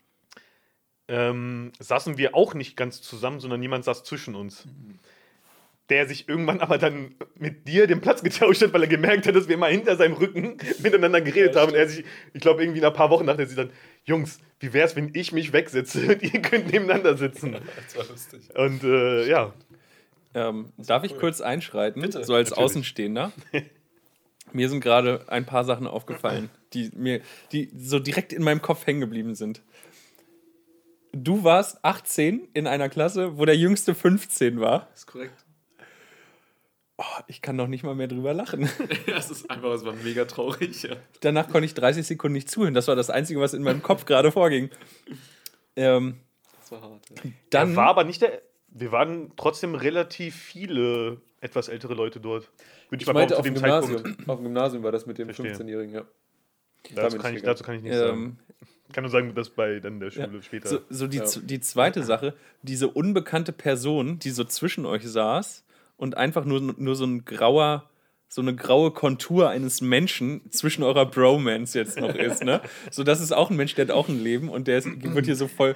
Saßen wir auch nicht ganz zusammen, sondern jemand saß zwischen uns. Der sich irgendwann aber dann mit dir den Platz getauscht hat, weil er gemerkt hat, dass wir immer hinter seinem Rücken miteinander geredet haben. Und er sich, ich glaube, irgendwie nach ein paar Wochen dachte er sich dann, Jungs, wie wär's, wenn ich mich wegsetze und ihr könnt nebeneinander sitzen? Das war lustig. Und ja. Darf ich kurz einschreiten, Bitte. so als Natürlich. Außenstehender? Mir sind gerade ein paar Sachen aufgefallen, die so direkt in meinem Kopf hängen geblieben sind. Du warst 18 in einer Klasse, wo der Jüngste 15 war. Das ist korrekt. Oh, ich kann doch nicht mal mehr drüber lachen. Es war mega traurig. Ja. Danach konnte ich 30 Sekunden nicht zuhören. Das war das Einzige, was in meinem Kopf gerade vorging. Das war hart. Ja. Dann war aber nicht wir waren trotzdem relativ viele etwas ältere Leute dort. Würde Ich meinte behaupten, auf dem Gymnasium. Auf dem Gymnasium war das mit dem Verstehe. 15-Jährigen, ja. Dazu kann ich nichts sagen. Ich kann nur sagen, dass bei dann der Schule später. Die zweite Sache, diese unbekannte Person, die so zwischen euch saß und einfach nur so eine graue Kontur eines Menschen zwischen eurer Bromance jetzt noch ist, ne? So, das ist auch ein Mensch, der hat auch ein Leben und wird hier so voll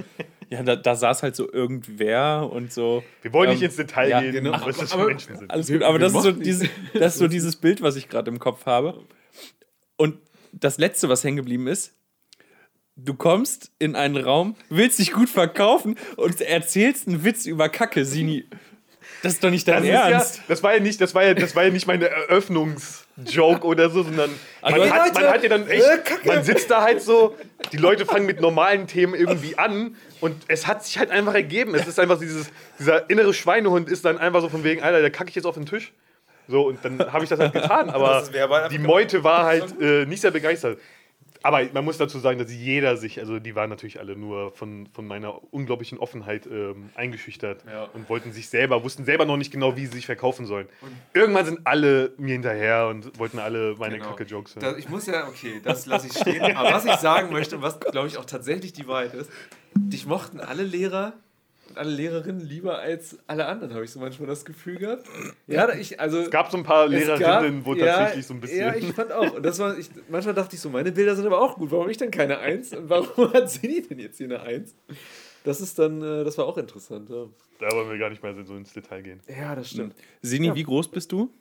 Ja, da saß halt so irgendwer und so. Wir wollen nicht ins Detail ja, gehen, genau. was das für Aber- Menschen sind. Alles gut, aber das ist, so mochten das ist so dieses Bild, was ich gerade im Kopf habe. Und das Letzte, was hängen geblieben ist, du kommst in einen Raum, willst dich gut verkaufen und erzählst einen Witz über Kacke, Sini. Das ist doch nicht dein Ernst. Ja, das war ja nicht meine Eröffnungsjoke oder so, sondern Also, man Leute, hat ja dann echt, man sitzt da halt so, die Leute fangen mit normalen Themen irgendwie an und es hat sich halt einfach ergeben. Es ist einfach dieser innere Schweinehund ist dann einfach so von wegen, Alter, da kacke ich jetzt auf den Tisch. So, und dann habe ich das halt getan, aber Das ist verbal einfach die Meute war halt nicht sehr begeistert. Aber man muss dazu sagen, dass jeder sich, also die waren natürlich alle nur von meiner unglaublichen Offenheit eingeschüchtert und wussten selber noch nicht genau, wie sie sich verkaufen sollen. Irgendwann sind alle mir hinterher und wollten alle meine Kacke-Jokes hören. Ich muss ja, okay, das lasse ich stehen. Aber was ich sagen möchte und was, glaube ich, auch tatsächlich die Wahrheit ist, dich mochten alle Lehrer und alle Lehrerinnen lieber als alle anderen, habe ich so manchmal das Gefühl gehabt. Ja, Es gab so ein paar Lehrerinnen, wo tatsächlich so ein bisschen... Ja, ich fand auch. Und manchmal dachte ich so, meine Bilder sind aber auch gut. Warum habe ich denn keine 1? Und warum hat Sini denn jetzt hier eine 1? Das war auch interessant. Ja, Da wollen wir gar nicht mehr so ins Detail gehen. ja das stimmt. Sini, wie groß bist du?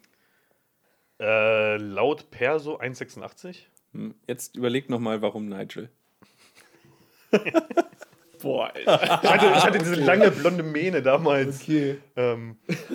Laut Perso 1,86. Jetzt überleg nochmal, warum Nigel. Boah, Alter. Ich hatte diese lange blonde Mähne damals. Okay. Ähm,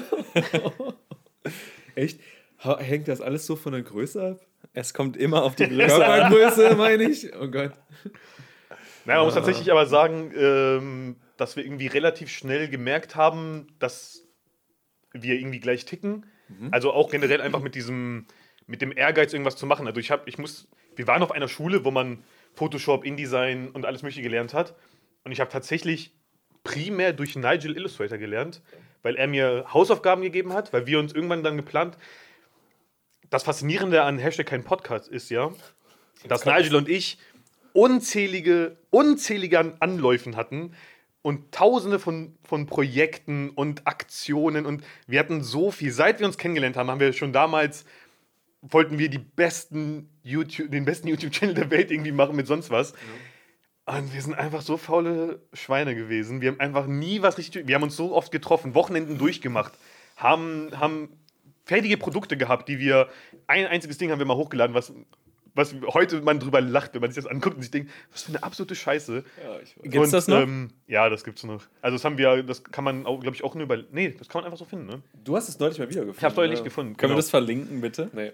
Echt? Hängt das alles so von der Größe ab? Es kommt immer auf die Größe an. Körpergröße, meine ich? Oh Gott. naja, man muss tatsächlich aber sagen, dass wir irgendwie relativ schnell gemerkt haben, dass wir irgendwie gleich ticken. Also auch generell einfach mit dem Ehrgeiz, irgendwas zu machen. Also wir waren auf einer Schule, wo man Photoshop, InDesign und alles Mögliche gelernt hat. Und ich habe tatsächlich primär durch Nigel Illustrator gelernt, weil er mir Hausaufgaben gegeben hat, weil wir uns irgendwann dann geplant. Das Faszinierende an Hashtag kein Podcast ist ja, dass Nigel und ich unzählige Anläufen hatten und tausende von Projekten und Aktionen und wir hatten so viel. Seit wir uns kennengelernt haben, wir schon damals, wollten wir den besten YouTube-Channel der Welt irgendwie machen mit sonst was. Und wir sind einfach so faule Schweine gewesen. Wir haben einfach nie was richtig. Wir haben uns so oft getroffen, Wochenenden durchgemacht, haben fertige Produkte gehabt, ein einziges Ding haben wir mal hochgeladen, was heute man drüber lacht, wenn man sich das anguckt und sich denkt, was für eine absolute Scheiße. Ja, Gibt's das noch? Ja, das gibt's noch. Also das kann man, glaube ich, auch nur nee, das kann man einfach so finden, ne? Du hast es neulich mal wieder gefunden. Ich hab's neulich gefunden. Können wir genau. das verlinken, bitte? Nee.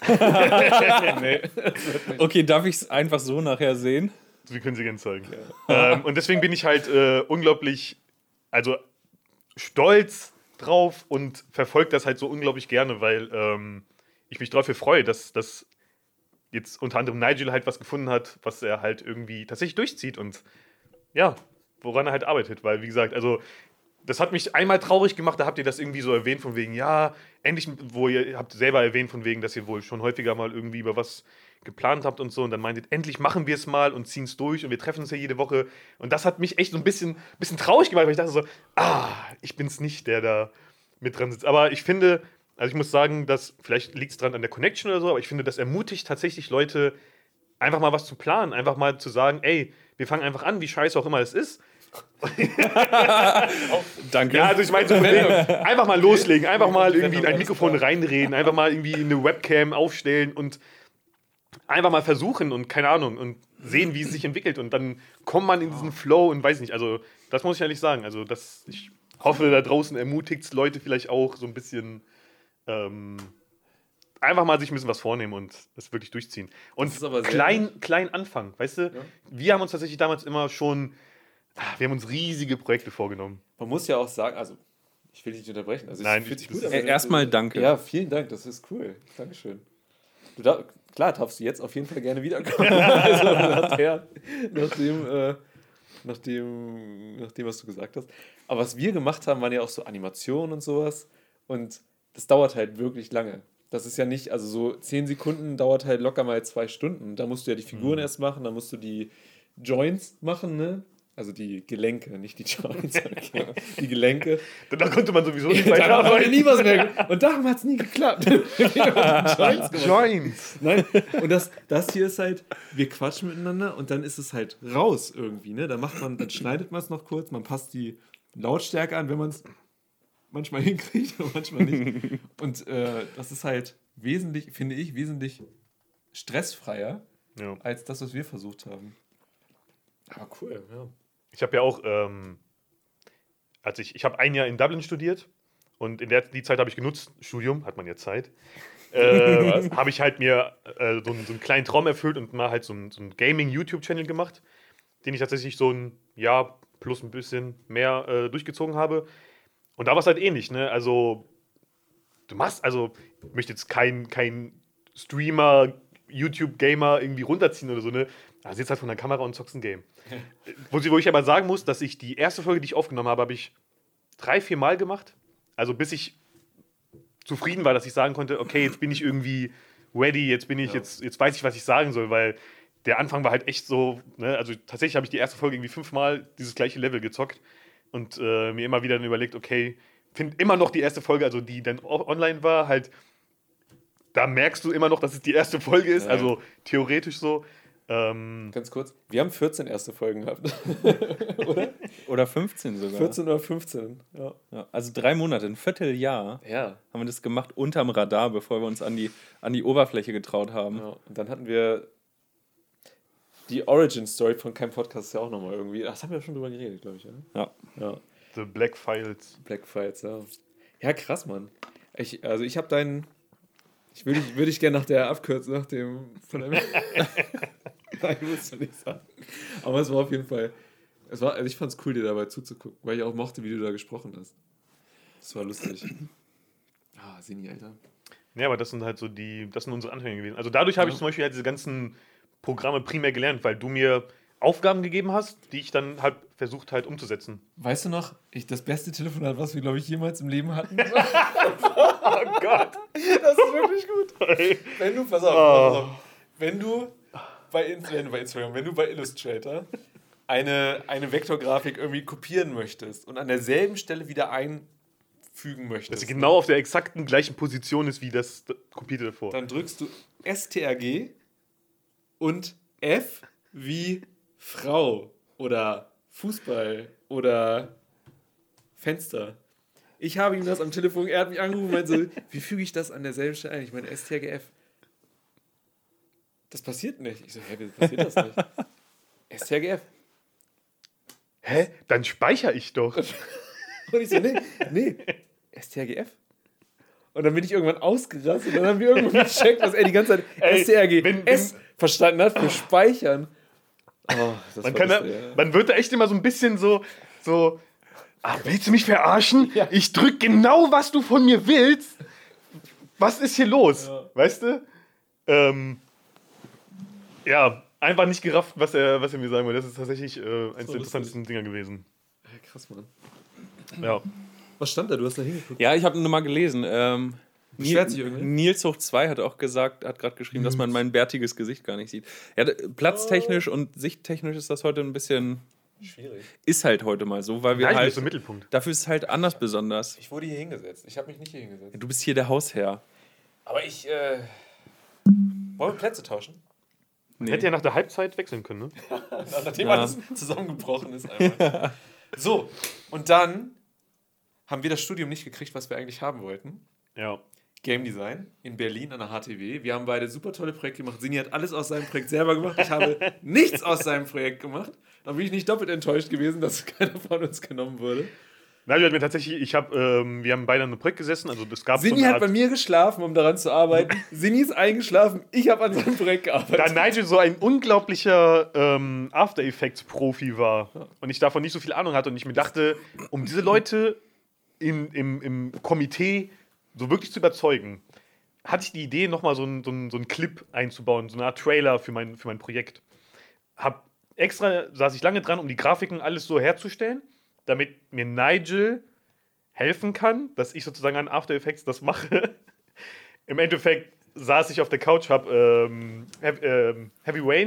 Nee. Okay, darf ich es einfach so nachher sehen? Wir können sie gerne zeigen. Und deswegen bin ich halt unglaublich, also stolz drauf und verfolge das halt so unglaublich gerne, weil ich mich dafür freue, dass jetzt unter anderem Nigel halt was gefunden hat, was er halt irgendwie tatsächlich durchzieht und ja, woran er halt arbeitet, weil wie gesagt, also das hat mich einmal traurig gemacht, da habt ihr das irgendwie so erwähnt von wegen, ja, endlich, wo ihr habt selber erwähnt von wegen, dass ihr wohl schon häufiger mal irgendwie über was geplant habt und so und dann meintet, endlich machen wir es mal und ziehen es durch und wir treffen uns ja jede Woche und das hat mich echt so ein bisschen traurig gemacht, weil ich dachte so, ich bin's nicht, der da mit dran sitzt, aber ich finde, also ich muss sagen, dass vielleicht liegt es dran an der Connection oder so, aber ich finde, das ermutigt tatsächlich Leute, einfach mal was zu planen, einfach mal zu sagen, ey, wir fangen einfach an, wie scheiße auch immer es ist. Danke. Ja, also ich meine, so einfach mal loslegen, einfach mal irgendwie in ein Mikrofon reinreden, einfach mal irgendwie eine Webcam aufstellen und einfach mal versuchen und keine Ahnung und sehen, wie es sich entwickelt und dann kommt man in diesen Flow und weiß nicht, also das muss ich ehrlich sagen, also ich hoffe, da draußen ermutigt es Leute vielleicht auch so ein bisschen einfach mal sich ein bisschen was vornehmen und es wirklich durchziehen. Und klein anfangen, weißt du? Ja. Wir haben uns tatsächlich damals immer schon, wir haben uns riesige Projekte vorgenommen. Man muss ja auch sagen, also ich will dich nicht unterbrechen. Also nein, fühlt sich gut an. Erstmal danke. Ja, vielen Dank, das ist cool. Dankeschön. Klar, darfst du jetzt auf jeden Fall gerne wiederkommen. Also nachdem, was du gesagt hast. Aber was wir gemacht haben, waren ja auch so Animationen und sowas. Und das dauert halt wirklich lange. Das ist ja nicht, also so 10 Sekunden dauert halt locker mal 2 Stunden. Da musst du ja die Figuren erst machen, dann musst du die Joints machen, ne? Also die Gelenke, nicht die Joints. Okay. Die Gelenke. Da konnte man sowieso nicht Danach weiterarbeiten. wollte nie was mehr. Und darum hat es nie geklappt. Joints gemacht. Joints. Nein, und das hier ist halt, wir quatschen miteinander und dann ist es halt raus irgendwie, ne? Dann schneidet man es noch kurz, man passt die Lautstärke an, wenn man es manchmal hinkriegt und manchmal nicht. Und das ist halt finde ich, wesentlich stressfreier Ja. als das, was wir versucht haben. Aber cool, ja. Ich habe ja auch, ich habe ein Jahr in Dublin studiert und die Zeit habe ich genutzt, Studium, hat man ja Zeit, habe ich halt mir so einen kleinen Traum erfüllt und mal halt so einen Gaming-YouTube-Channel gemacht, den ich tatsächlich so ein Jahr plus ein bisschen mehr durchgezogen habe. Und da war es halt ähnlich, ne? Also, ich möchte jetzt kein Streamer, YouTube-Gamer irgendwie runterziehen oder so, ne? Da sitzt halt von der Kamera und zockst ein Game. Wo ich aber sagen muss, dass ich die erste Folge, die ich aufgenommen habe, habe ich 3-4 Mal gemacht. Also bis ich zufrieden war, dass ich sagen konnte, okay, jetzt bin ich irgendwie ready, jetzt weiß ich, was ich sagen soll, weil der Anfang war halt echt so, ne? Also tatsächlich habe ich die erste Folge irgendwie 5 Mal dieses gleiche Level gezockt und mir immer wieder dann überlegt, okay, finde immer noch die erste Folge, also die dann online war, halt, da merkst du immer noch, dass es die erste Folge ist, also theoretisch so. Ganz kurz, wir haben 14 erste Folgen gehabt. Oder 15 sogar. 14 oder 15, ja. Ja, also 3 Monate, ein Vierteljahr Ja. haben wir das gemacht unterm Radar, bevor wir uns an die Oberfläche getraut haben. Ja, und dann hatten wir die Origin-Story von keinem Podcast ja auch nochmal irgendwie. Das haben wir schon drüber geredet, glaube ich. Oder? Ja. The Black Files. Black Files, ja. Ja, krass, Mann. Ich habe deinen. Ich würde dich gerne nach der Abkürzung, nach dem. Von der Nein, musst du nicht sagen. Aber es war auf jeden Fall. Also ich fand es cool, dir dabei zuzugucken, weil ich auch mochte, wie du da gesprochen hast. Das war lustig. Ah, Sini, Alter. Ja, aber das sind halt so das sind unsere Anfänge gewesen. Also dadurch habe ich zum Beispiel halt diese ganzen Programme primär gelernt, weil du mir Aufgaben gegeben hast, die ich dann halt versucht halt umzusetzen. Weißt du noch, das beste Telefonat, was wir, glaube ich, jemals im Leben hatten? Oh Gott. Das ist wirklich gut. Wenn du, pass auf. Wenn du bei Instagram, wenn du bei Illustrator eine Vektorgrafik irgendwie kopieren möchtest und an derselben Stelle wieder einfügen möchtest, Dass sie genau auf der exakten gleichen Position ist wie das kopierte davor. dann drückst du STRG und F wie Frau oder Fußball oder Fenster. Ich habe ihm das am Telefon, er hat mich angerufen und meinte so, wie füge ich das an derselben Stelle ein? Ich meine, STRGF. Das passiert nicht. Ich so, hä, wie passiert das nicht? STRGF. Hä? Dann speichere ich doch. Und ich so, nee, STRGF. Und dann bin ich irgendwann ausgerastet und dann haben wir irgendwann gecheckt, was er die ganze Zeit STRGS verstanden hat für Speichern. Oh, Man wird da echt immer so ein bisschen so willst du mich verarschen? Ja. Ich drück genau, was du von mir willst. Was ist hier los? Ja. Weißt du? Ja, einfach nicht gerafft, was er mir sagen will. Das ist tatsächlich eines der interessantesten Dinger gewesen. Ja, krass, Mann. Ja. Was stand da? Du hast da hingeguckt. Ja, ich habe nur mal gelesen. Beschwert sich irgendwie? Nils Hoch 2 hat auch gesagt, hat gerade geschrieben, dass man mein bärtiges Gesicht gar nicht sieht. Ja, platztechnisch und sichttechnisch ist das heute ein bisschen schwierig. Ist halt heute mal so, weil wir Nein, halt. Du bist im Mittelpunkt. Dafür ist es halt anders besonders. Ich wurde hier hingesetzt. Ich habe mich nicht hier hingesetzt. Ja, du bist hier der Hausherr. Aber ich. Wollen wir Plätze tauschen? Nee. Hätte ja nach der Halbzeit wechseln können, ne? Nachdem alles zusammengebrochen ist einmal. So, und dann haben wir das Studium nicht gekriegt, was wir eigentlich haben wollten. Ja. Game Design in Berlin an der HTW. Wir haben beide super tolle Projekte gemacht. Sini hat alles aus seinem Projekt selber gemacht. Ich habe nichts aus seinem Projekt gemacht. Da bin ich nicht doppelt enttäuscht gewesen, dass keiner von uns genommen wurde. Nein, wir haben beide an einem Projekt gesessen. Also das gab Sini hat bei mir geschlafen, um daran zu arbeiten. Sini ist eingeschlafen. Ich habe an seinem Projekt gearbeitet. Da Nigel so ein unglaublicher After Effects Profi war und ich davon nicht so viel Ahnung hatte und ich mir dachte, um diese Leute im Komitee so wirklich zu überzeugen, hatte ich die Idee, nochmal so einen Clip einzubauen, so eine Art Trailer für mein Projekt. Saß ich lange dran, um die Grafiken alles so herzustellen, damit mir Nigel helfen kann, dass ich sozusagen an After Effects das mache. Im Endeffekt saß ich auf der Couch, hab Heavy Rain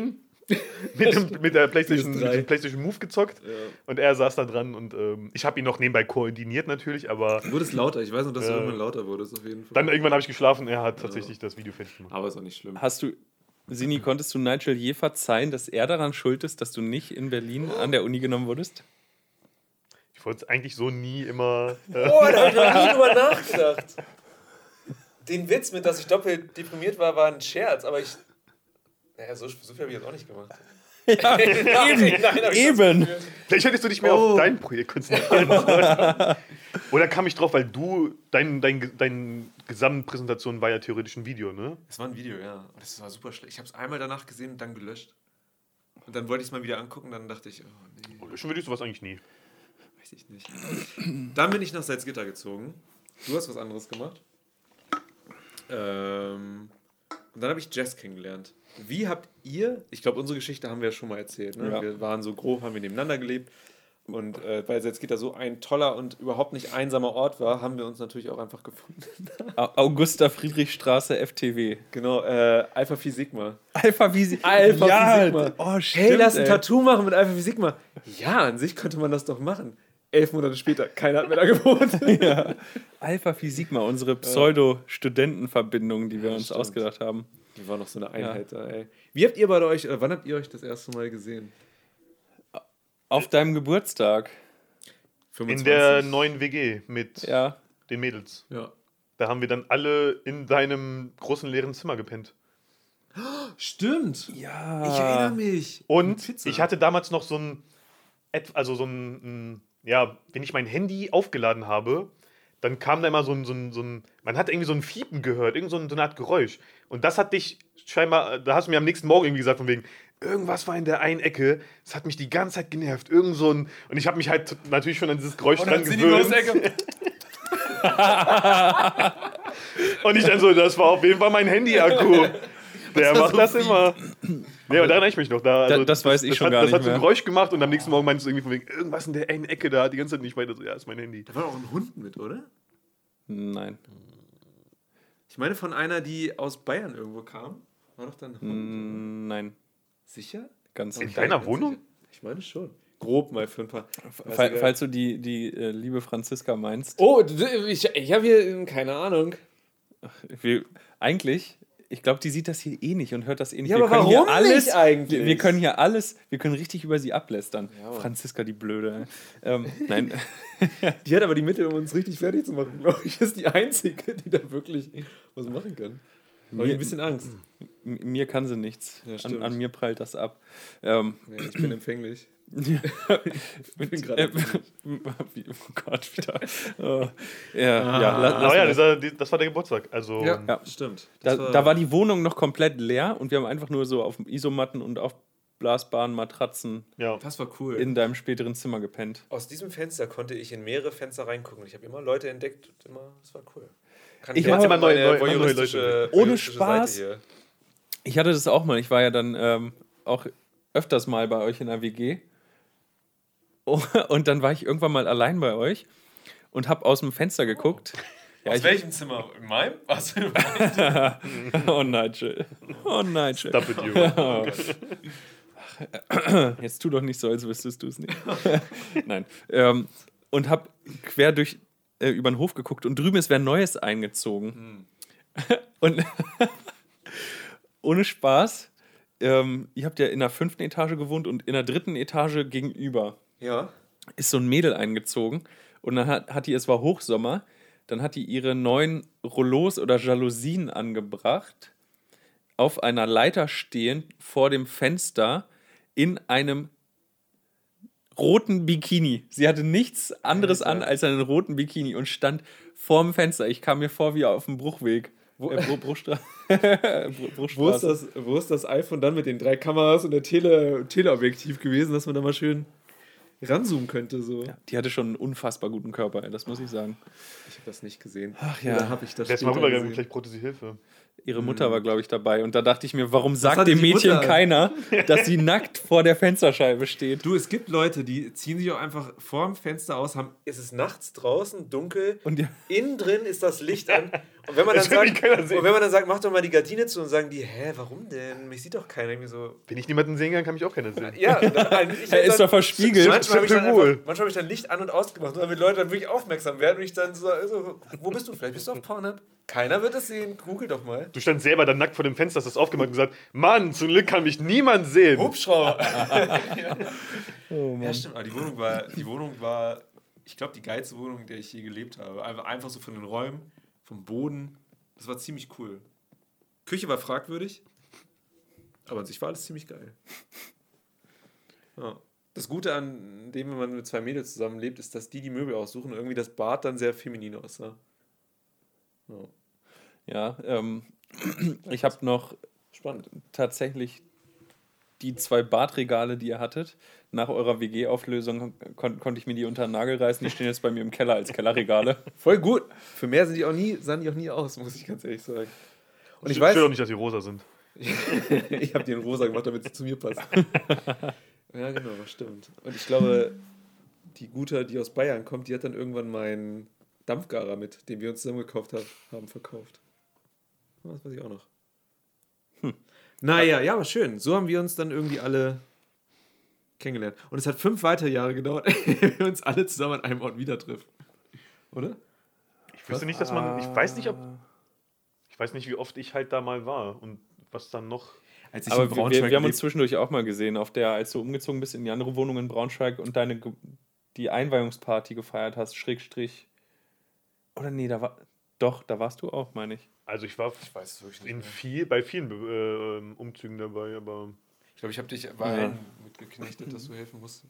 mit der PlayStation, PS3. mit dem PlayStation Move gezockt. Ja. Und er saß da dran und ich habe ihn noch nebenbei koordiniert natürlich, aber Du wurdest lauter. Ich weiß noch, dass du Ja. irgendwann lauter wurdest, auf jeden Fall. dann irgendwann habe ich geschlafen und er hat tatsächlich das Video fertig gemacht. Aber ist auch nicht schlimm. Konntest du Nigel je verzeihen, dass er daran schuld ist, dass du nicht in Berlin an der Uni genommen wurdest? Ich wollte es eigentlich so nie immer. Oh, da hab ich noch nie drüber nachgedacht. Den Witz mit, dass ich doppelt deprimiert war ein Scherz, aber ich. Naja, so viel habe ich jetzt auch nicht gemacht. Ja, eben. Vielleicht hättest du dich mehr auf dein Projekt konzentrieren sollen. Oder kam ich drauf, weil du, deine Gesamtpräsentation war ja theoretisch ein Video, ne? Das war ein Video, ja. Und das war super schlecht. Ich habe es einmal danach gesehen und dann gelöscht. Und dann wollte ich es mal wieder angucken, dann dachte ich, oh nee, Löschen würde ich sowas eigentlich nie. weiß ich nicht. Dann bin ich nach Salzgitter gezogen. Du hast was anderes gemacht. Und dann habe ich Jess kennengelernt. Wie habt ihr, ich glaube, unsere Geschichte haben wir ja schon mal erzählt, ne? Ja. Wir waren so grob, haben wir nebeneinander gelebt. Und weil Salzgitter so ein toller und überhaupt nicht einsamer Ort war, haben wir uns natürlich auch einfach gefunden. Augusta Friedrichstraße FTW. Genau, Alpha Phi Sigma. Alpha Phi Sigma. Alpha Phi Sigma. Oh, stimmt, Hey, lass ein ey. Tattoo machen mit Alpha Phi Sigma. Ja, an sich könnte man das doch machen. 11 Monate später, keiner hat mehr da gewohnt. Ja. Alpha Phi Sigma, unsere Pseudo-Studentenverbindung, die wir uns stimmt. ausgedacht haben. Die war noch so eine Einheit da, ey. Wie habt ihr bei euch, oder wann habt ihr euch das erste Mal gesehen? Auf deinem Geburtstag. In der neuen WG mit Ja. den Mädels. Ja. Da haben wir dann alle in deinem großen leeren Zimmer gepennt. Stimmt. Ja. Ich erinnere mich. Und Mit Pizza. ich hatte damals noch wenn ich mein Handy aufgeladen habe, dann kam da immer man hat irgendwie so ein Fiepen gehört, so eine Art Geräusch. Und das hat dich scheinbar, da hast du mir am nächsten Morgen irgendwie gesagt, von wegen, irgendwas war in der einen Ecke, das hat mich die ganze Zeit genervt, und ich habe mich halt natürlich schon an dieses Geräusch dran gewöhnt. Und ich dann so, das war auf jeden Fall mein Handy-Akku. Der macht das immer. Nee, aber daran erinnere ich mich noch. Das weiß ich schon gar nicht Das hat so mehr. ein Geräusch gemacht und am nächsten Morgen meinst du irgendwie von wegen, irgendwas in der einen Ecke da, die ganze Zeit nicht weiter. So, ja, ist mein Handy. Da war auch ein Hund mit, oder? Nein. Ich meine von einer, die aus Bayern irgendwo kam. War doch dann ein Hund. Nein. Sicher? Ganz In sicher. deiner Ganz Wohnung? sicher. Ich meine schon. Grob mal für ein paar. Falls du die liebe Franziska meinst. Oh, ich habe hier keine Ahnung. Ich glaube, die sieht das hier eh nicht und hört das eh nicht. Ja, aber warum nicht eigentlich? Wir können hier alles, wir können richtig über sie ablästern. Ja, Mann. Franziska, die Blöde. Nein. Die hat aber die Mittel, um uns richtig fertig zu machen, glaube ich. Ist die einzige, die da wirklich was machen kann. Da habe ich ein bisschen Angst. Mir kann sie nichts. Ja, stimmt. An mir prallt das ab. Nee, ich bin empfänglich. Ich bin gerade Oh Gott, wieder. Lass Aber mal. ja, das war der Geburtstag. Also, Ja, stimmt. Da war die Wohnung noch komplett leer und wir haben einfach nur so auf Isomatten und auf blasbaren Matratzen ja. Das war cool. in deinem späteren Zimmer gepennt. Aus diesem Fenster konnte ich in mehrere Fenster reingucken. Ich habe immer Leute entdeckt. Und immer, das war cool. Kann Ich jetzt habe immer neue meine Leute. voyeuristische Ohne Seite Spaß. hier. Ich hatte das auch mal. Ich war ja dann auch öfters mal bei euch in der WG. Oh, und dann war ich irgendwann mal allein bei euch und habe aus dem Fenster geguckt. Ja, Aus welchem Zimmer? In meinem? Was? Oh Nigel. Oh Nigel. Stop it, you. Jetzt tu doch nicht so, als wüsstest du es nicht. Nein. Und habe quer über den Hof geguckt und drüben ist wer Neues eingezogen. Und ohne Spaß, ihr habt ja in der 5. Etage gewohnt und in der 3. Etage gegenüber Ja. ist so ein Mädel eingezogen und dann hat die, es war Hochsommer, dann hat die ihre neuen Rollos oder Jalousien angebracht, auf einer Leiter stehend vor dem Fenster in einem roten Bikini. Sie hatte nichts anderes an als einen roten Bikini und stand vorm Fenster. Ich kam mir vor wie auf dem Bruchweg. Bruchstraße. Wo ist das iPhone dann mit den 3 Kameras und der Teleobjektiv gewesen, dass man da mal schön ranzoomen könnte? So. Ja, die hatte schon einen unfassbar guten Körper, das muss ich sagen. Ich habe das nicht gesehen. Ach ja. Oder habe ich das Der ist mal später rübergegangen, gesehen? vielleicht brauchte sie Hilfe. Ihre Mutter war, glaube ich, dabei. Und da dachte ich mir, warum sagt hatte dem die Mädchen Mutter? keiner, dass sie nackt vor der Fensterscheibe steht? Du, es gibt Leute, die ziehen sich auch einfach vorm Fenster aus, es ist nachts draußen, dunkel, Und ja, innen drin ist das Licht an. Und wenn man dann Das will mich keiner sagt, sehen. und wenn man dann sagt, mach doch mal die Gardine zu, und sagen die, hä, warum denn? Mich sieht doch keiner. Irgendwie so, Wenn ich niemanden sehen kann, kann mich auch keiner sehen. ja, er ist doch verspiegelt. Manchmal habe ich, Stimmt wohl. manchmal hab ich dann Licht an und ausgemacht, damit Leute dann wirklich aufmerksam werden und ich dann so, wo bist du? Vielleicht bist du auf Pornhub? Keiner wird es sehen. Google doch mal. Du standst selber dann nackt vor dem Fenster, hast das aufgemacht und gesagt, Mann, zum Glück kann mich niemand sehen. Hubschrauber. Oh, Ja, stimmt. Aber die Wohnung war, ich glaube, die geilste Wohnung, in der ich je gelebt habe. Einfach so von den Räumen, vom Boden. Das war ziemlich cool. Küche war fragwürdig, aber an sich war alles ziemlich geil. Ja. Das Gute an dem, wenn man mit zwei Mädels zusammenlebt, ist, dass die Möbel aussuchen und irgendwie das Bad dann sehr feminin aussah. Ja. Ja, ich habe noch Spannend. tatsächlich die 2 Badregale, die ihr hattet. Nach eurer WG-Auflösung konnte ich mir die unter den Nagel reißen. Die stehen jetzt bei mir im Keller als Kellerregale. Voll gut. Für mehr sahen die auch nie aus, muss ich ganz ehrlich sagen. Und ich Ich weiß, will auch nicht, dass die rosa sind. ich habe die in rosa gemacht, damit sie zu mir passt. Ja, genau, stimmt. Und ich glaube, die Gute, die aus Bayern kommt, die hat dann irgendwann meinen Dampfgarer mit, den wir uns zusammen gekauft haben, verkauft. Oh, das weiß ich auch noch. Naja, ja, aber schön. So haben wir uns dann irgendwie alle kennengelernt. Und es hat 5 weitere Jahre gedauert, ehe wir uns alle zusammen an einem Ort wieder treffen. Oder? Ich wüsste nicht, dass man. Ich weiß nicht, wie oft ich halt da mal war und was dann noch. Als ich Aber in Braunschweig wir haben uns gelebt- zwischendurch auch mal gesehen, als du umgezogen bist in die andere Wohnung in Braunschweig und die Einweihungsparty gefeiert hast, Schrägstrich. Oder nee, da warst du auch, meine ich. Also ich war weiß es wirklich nicht mehr. bei vielen Umzügen dabei, aber. Ich glaube, ich habe dich Ja. mitgeknechtet, dass du helfen musst.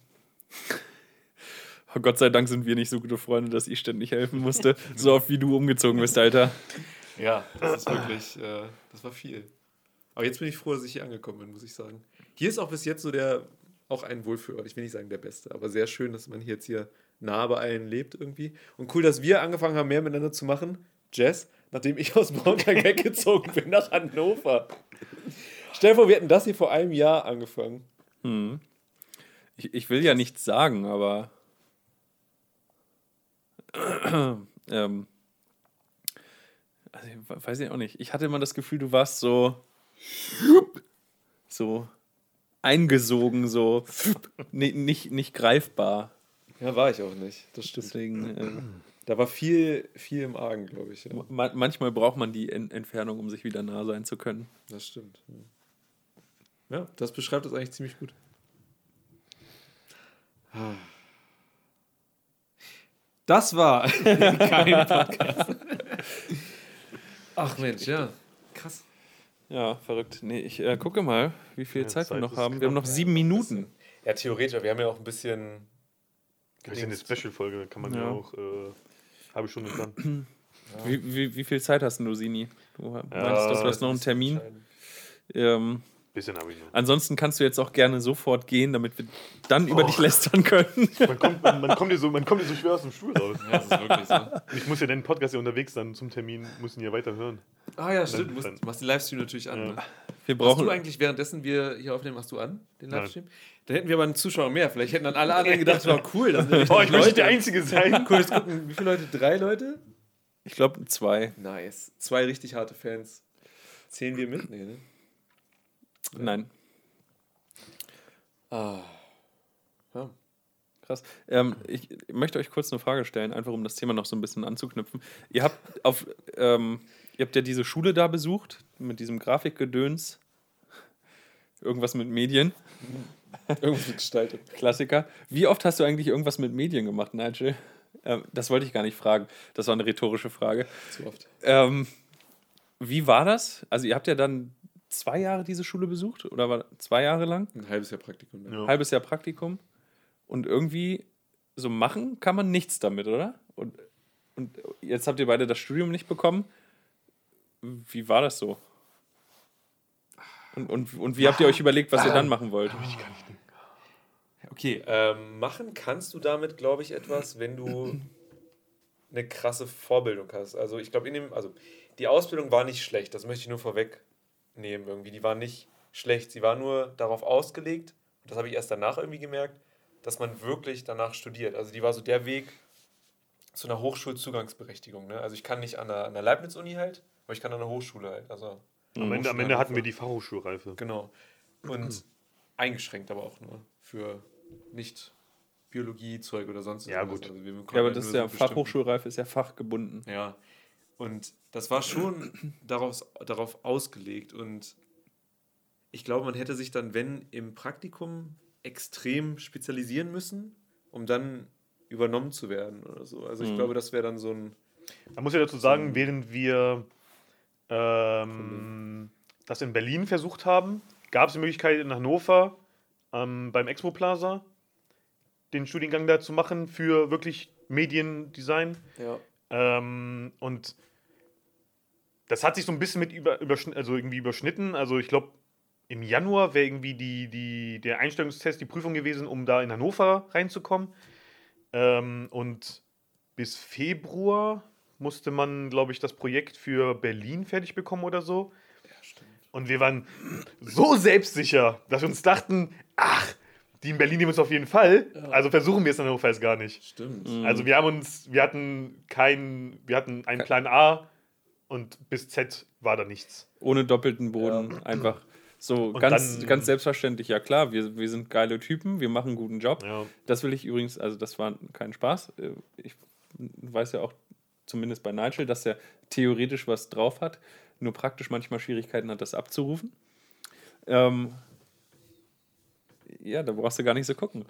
Oh, Gott sei Dank sind wir nicht so gute Freunde, dass ich ständig helfen musste. So oft wie du umgezogen bist, Alter. Ja, das ist wirklich, das war viel. Aber jetzt bin ich froh, dass ich hier angekommen bin, muss ich sagen. Hier ist auch bis jetzt so auch ein Wohlfühlort. Ich will nicht sagen der Beste, aber sehr schön, dass man jetzt hier nah bei allen lebt irgendwie. Und cool, dass wir angefangen haben, mehr miteinander zu machen. Jess, nachdem ich aus Braunschweig weggezogen bin nach Hannover. Stell dir vor, wir hätten das hier vor einem Jahr angefangen. Ich will ja nichts sagen, aber also ich weiß ich auch nicht. Ich hatte immer das Gefühl, du warst so eingesogen, so nicht greifbar. Ja, war ich auch nicht. Das stimmt. Deswegen, Da war viel im Argen, glaube ich. Ja. manchmal braucht man die Entfernung, um sich wieder nah sein zu können. Das stimmt. Ja, das beschreibt das eigentlich ziemlich gut. Das war kein Podcast. Ach Mensch, ja. Krass. Ja, verrückt. Nee, ich gucke mal, wie viel Ja, Zeit wir Zeit noch ist haben. Wir haben noch knapp. 7 Minuten. Ja, theoretisch, aber wir haben ja auch ein bisschen. Das ist ja eine Special-Folge, da kann man ja, Ja. auch halbe Stunde dran. Wie viel Zeit hast du, Sini? Du meinst Ja, doch, du hast noch einen Termin. Bisschen habe ich noch. Ansonsten kannst du jetzt auch gerne sofort gehen, damit wir dann über dich lästern können. Man kommt dir so schwer aus dem Stuhl raus. Ja, das ist wirklich so. Und ich muss ja den Podcast ja unterwegs dann zum Termin, müssen ja weiter hören. Ah ja, stimmt. Dann- Du machst den Livestream natürlich an. Ja. Ne? Wir Machst brauchen du eigentlich, währenddessen wir hier aufnehmen, machst du an, den Nein. Livestream? Dann hätten wir aber einen Zuschauer mehr. Vielleicht hätten dann alle anderen gedacht, wow, cool. Das sind nämlich Oh, ich möchte Leute. der Einzige sein. Cool, jetzt gucken, wie viele Leute? 3 Leute? ich glaube, 2. Nice. 2 richtig harte Fans. Zählen wir mit? Nee, ne? Nein, Ah. Ja. krass. Ich möchte euch kurz eine Frage stellen, einfach um das Thema noch so ein bisschen anzuknüpfen. Ihr habt ja diese Schule da besucht, mit diesem Grafikgedöns. Irgendwas mit Medien. Irgendwas mit gestaltet. Klassiker. Wie oft hast du eigentlich irgendwas mit Medien gemacht, Nigel? Das wollte ich gar nicht fragen. Das war eine rhetorische Frage. Zu oft. Wie war das? Also ihr habt ja dann 2 Jahre diese Schule besucht? Oder war 2 Jahre lang? Ein halbes Jahr Praktikum. Ne? Ja. Halbes Jahr Praktikum. Und irgendwie so machen kann man nichts damit, oder? Und jetzt habt ihr beide das Studium nicht bekommen. Wie war das so? Und wie habt ihr euch überlegt, was ihr dann machen wollt? Okay, machen kannst du damit, glaube ich, etwas, wenn du eine krasse Vorbildung hast. Also ich glaube, die Ausbildung war nicht schlecht, das möchte ich nur vorwegnehmen irgendwie. Die war nicht schlecht, sie war nur darauf ausgelegt, und das habe ich erst danach irgendwie gemerkt, dass man wirklich danach studiert. Also die war so der Weg zu einer Hochschulzugangsberechtigung. Ne? Also ich kann nicht an der Leibniz-Uni halt, aber ich kann an der Hochschule halt. Also Am Ende hatten wir die Fachhochschulreife. genau. Und eingeschränkt aber auch nur für nicht Biologiezeug oder sonst Ja, irgendwas. gut. Also wir Ja, konnten aber halt das ist nur ja so bestimmten- Fachhochschulreife, ist ja fachgebunden. Ja. Und das war schon darauf ausgelegt. Und ich glaube, man hätte sich dann, wenn im Praktikum, extrem spezialisieren müssen, um dann übernommen zu werden oder so. Also ich glaube, das wäre dann so ein... Man muss ja dazu sagen, während wir das in Berlin versucht haben, gab es die Möglichkeit in Hannover beim Expo Plaza den Studiengang da zu machen für wirklich Mediendesign. Ja. Und das hat sich so ein bisschen mit überschnitten. Also ich glaube, im Januar wäre irgendwie der Einstellungstest, die Prüfung gewesen, um da in Hannover reinzukommen. Und bis Februar musste man, glaube ich, das Projekt für Berlin fertig bekommen oder so. Ja, stimmt. Und wir waren so selbstsicher, dass wir uns dachten, ach, die in Berlin nehmen uns auf jeden Fall. Ja. Also versuchen wir es in Hannover erst gar nicht. Stimmt. Also wir hatten einen Plan A und bis Z war da nichts. Ohne doppelten Boden. Einfach so Und ganz, dann- ganz selbstverständlich. Ja klar, wir sind geile Typen, wir machen einen guten Job. Ja. Das will ich übrigens, also das war kein Spaß. Ich weiß ja auch, zumindest bei Nigel, dass er theoretisch was drauf hat, nur praktisch manchmal Schwierigkeiten hat, das abzurufen. Ja, da brauchst du gar nicht so gucken.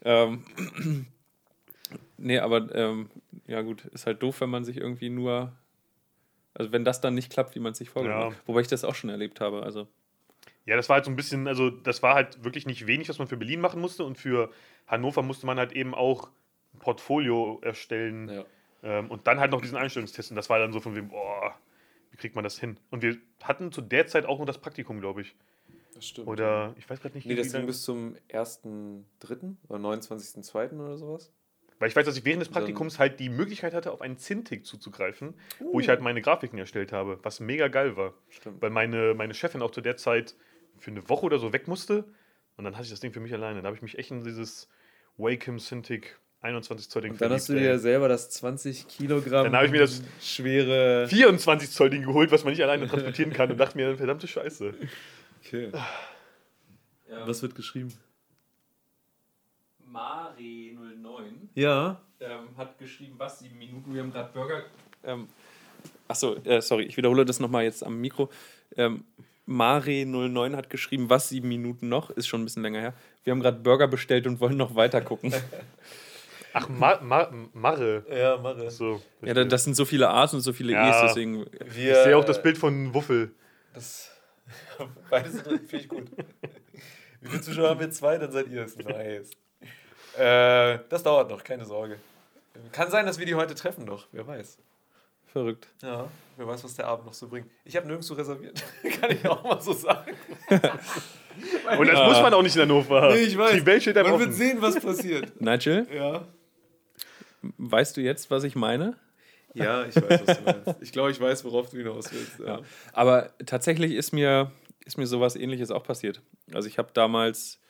Nee, aber ja gut, ist halt doof, wenn man sich irgendwie nur, also wenn das dann nicht klappt, wie man es sich vorgenommen Ja. hat. Wobei ich das auch schon erlebt habe. Also Ja, das war halt so ein bisschen, also das war halt wirklich nicht wenig, was man für Berlin machen musste. Und für Hannover musste man halt eben auch ein Portfolio erstellen. Ja. Und dann halt noch diesen Einstellungstest. Und das war dann so von wem, boah, wie kriegt man das hin? Und wir hatten zu der Zeit auch noch das Praktikum, glaube ich. Das stimmt. Oder ich weiß gerade nicht, Nee, das ging lange- bis zum 1.3. oder 29.2. oder sowas. Weil ich weiß, dass ich während des Dann- Praktikums halt die Möglichkeit hatte, auf einen Cintiq zuzugreifen, wo ich halt meine Grafiken erstellt habe, was mega geil war. Stimmt. Weil meine Chefin auch zu der Zeit für eine Woche oder so weg musste. Und dann hatte ich das Ding für mich alleine. Da habe ich mich echt in dieses Wacom Cintiq 21 Zoll Ding Und dann hast du dir verliebt, ja selber das 20 Kilogramm Dann habe ich mir das schwere... 24 Zoll Ding geholt, was man nicht alleine transportieren kann und dachte mir, verdammte Scheiße. Okay. Was wird geschrieben? Mare09 Ja. hat geschrieben, was 7 Minuten. Wir haben gerade Burger. Achso, sorry, ich wiederhole das nochmal jetzt am Mikro. Mare09 hat geschrieben, was 7 Minuten noch. Ist schon ein bisschen länger her. Wir haben gerade Burger bestellt und wollen noch weiter gucken. Ach, Marre. Ja, Marre. So, Ja, das sind so viele A's und so viele Ja. E's, deswegen. ich sehe auch das Bild von Wuffel. Das, beides sind drin, finde ich gut. Wie viele Zuschauer haben wir? 2, dann seid ihr es. Nice. Das dauert noch, keine Sorge. Kann sein, dass wir die heute treffen noch, wer weiß. Verrückt. Ja, wer weiß, was der Abend noch so bringt. Ich habe nirgendwo reserviert, kann ich auch mal so sagen. Und das muss man auch nicht in Hannover. Nee, ich weiß. Die Welt steht einfach Man wird offen. sehen, was passiert. Nigel, Ja. weißt du jetzt, was ich meine? Ja, ich weiß, was du meinst. Ich glaube, ich weiß, worauf du hinaus willst. Ja. Aber tatsächlich ist mir sowas Ähnliches auch passiert. Also ich habe damals,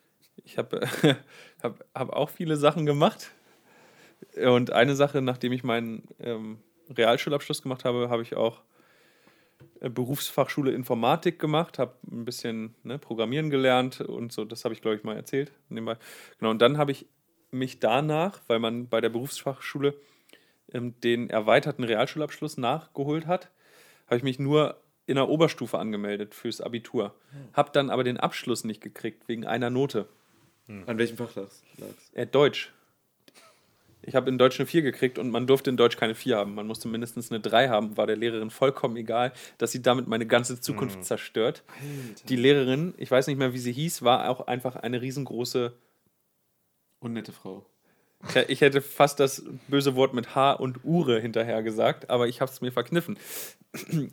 hab auch viele Sachen gemacht. Und eine Sache, nachdem ich meinen Realschulabschluss gemacht habe, habe ich auch Berufsfachschule Informatik gemacht, habe ein bisschen Programmieren gelernt und so, das habe ich, glaube ich, mal erzählt. Nebenbei. Genau, und dann habe ich mich danach, weil man bei der Berufsfachschule den erweiterten Realschulabschluss nachgeholt hat, habe ich mich nur in der Oberstufe angemeldet fürs Abitur. Habe dann aber den Abschluss nicht gekriegt, wegen einer Note. An welchem Fach lag's? Deutsch. Ich habe in Deutsch eine 4 gekriegt und man durfte in Deutsch keine 4 haben. Man musste mindestens eine 3 haben. War der Lehrerin vollkommen egal, dass sie damit meine ganze Zukunft zerstört. Alter. Die Lehrerin, ich weiß nicht mehr, wie sie hieß, war auch einfach eine riesengroße... Unnette Frau. Ja, ich hätte fast das böse Wort mit H und Ure hinterher gesagt, aber ich habe es mir verkniffen.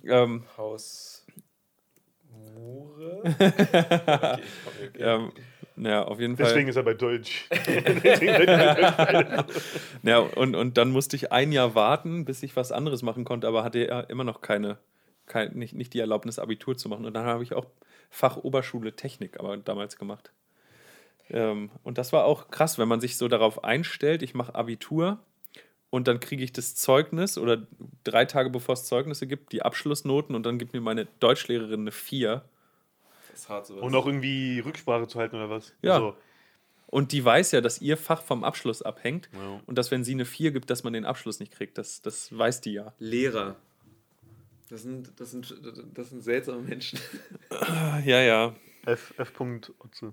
Haus Mure? Okay. Naja, auf jeden Fall. Deswegen ist er bei Deutsch. Ja, und dann musste ich ein Jahr warten, bis ich was anderes machen konnte, aber hatte ja immer noch nicht die Erlaubnis, Abitur zu machen. Und dann habe ich auch Fach Oberschule Technik aber damals gemacht. Und das war auch krass, wenn man sich so darauf einstellt, ich mache Abitur und dann kriege ich das Zeugnis oder 3 Tage bevor es Zeugnisse gibt, die Abschlussnoten und dann gibt mir meine Deutschlehrerin eine 4. Das ist hart sowas. Und auch irgendwie Rücksprache zu halten oder was? Ja. Also, Und die weiß ja, dass ihr Fach vom Abschluss abhängt ja. und dass, wenn sie eine 4 gibt, dass man den Abschluss nicht kriegt. Das weiß die ja. Lehrer. Das sind seltsame Menschen. Ja. F. Otze.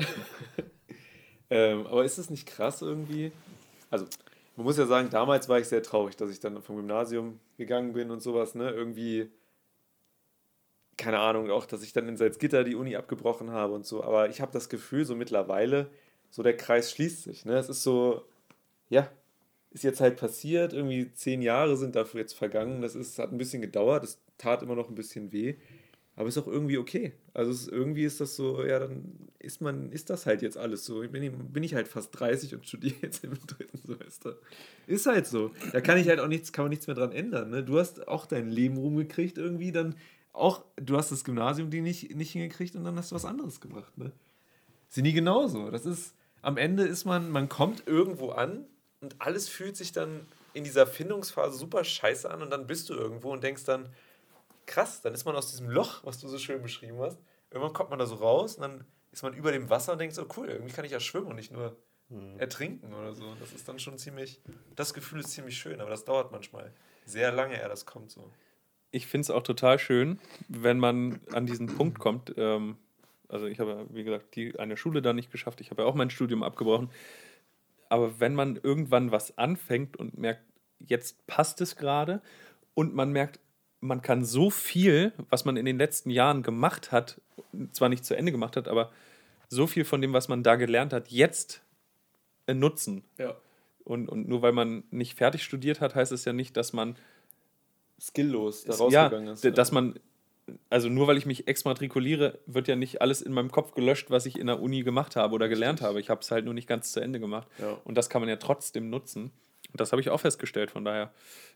Aber ist das nicht krass irgendwie? Also, man muss ja sagen, damals war ich sehr traurig, dass ich dann vom Gymnasium gegangen bin und sowas, ne? Irgendwie, keine Ahnung, auch, dass ich dann in Salzgitter die Uni abgebrochen habe und so. Aber ich habe das Gefühl, so mittlerweile, so der Kreis schließt sich, ne? Es ist so, ja, ist jetzt halt passiert, irgendwie 10 Jahre sind dafür jetzt vergangen. Hat ein bisschen gedauert, es tat immer noch ein bisschen weh. Aber ist auch irgendwie okay. Also irgendwie ist das so, ja, dann ist das halt jetzt alles so. Bin ich halt fast 30 und studiere jetzt im 3. Semester. Ist halt so. Da kann man nichts mehr dran ändern. Ne? Du hast auch dein Leben rumgekriegt irgendwie, dann auch, du hast das Gymnasium nicht hingekriegt und dann hast du was anderes gemacht. Ne? Sind die genauso. Am Ende man kommt irgendwo an und alles fühlt sich dann in dieser Findungsphase super scheiße an und dann bist du irgendwo und denkst dann, krass, dann ist man aus diesem Loch, was du so schön beschrieben hast, irgendwann kommt man da so raus und dann ist man über dem Wasser und denkt so, cool, irgendwie kann ich ja schwimmen und nicht nur ertrinken oder so. Das ist dann schon das Gefühl ist ziemlich schön, aber das dauert manchmal sehr lange, ehe das kommt so. Ich finde es auch total schön, wenn man an diesen Punkt kommt. Also ich habe ja, wie gesagt, eine Schule da nicht geschafft, ich habe ja auch mein Studium abgebrochen. Aber wenn man irgendwann was anfängt und merkt, jetzt passt es gerade und man merkt, man kann so viel, was man in den letzten Jahren gemacht hat, zwar nicht zu Ende gemacht hat, aber so viel von dem, was man da gelernt hat, jetzt nutzen. Ja. Und nur weil man nicht fertig studiert hat, heißt es ja nicht, dass man skilllos da rausgegangen ist. Dass man, also nur weil ich mich exmatrikuliere, wird ja nicht alles in meinem Kopf gelöscht, was ich in der Uni gemacht habe oder gelernt habe. Ich habe es halt nur nicht ganz zu Ende gemacht. Ja. Und das kann man ja trotzdem nutzen. Und das habe ich auch festgestellt, von daher.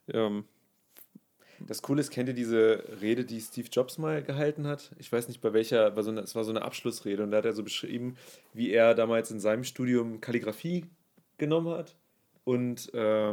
Das Coole ist, kennt ihr diese Rede, die Steve Jobs mal gehalten hat? Ich weiß nicht, bei welcher, es war so eine Abschlussrede und da hat er so beschrieben, wie er damals in seinem Studium Kalligrafie genommen hat und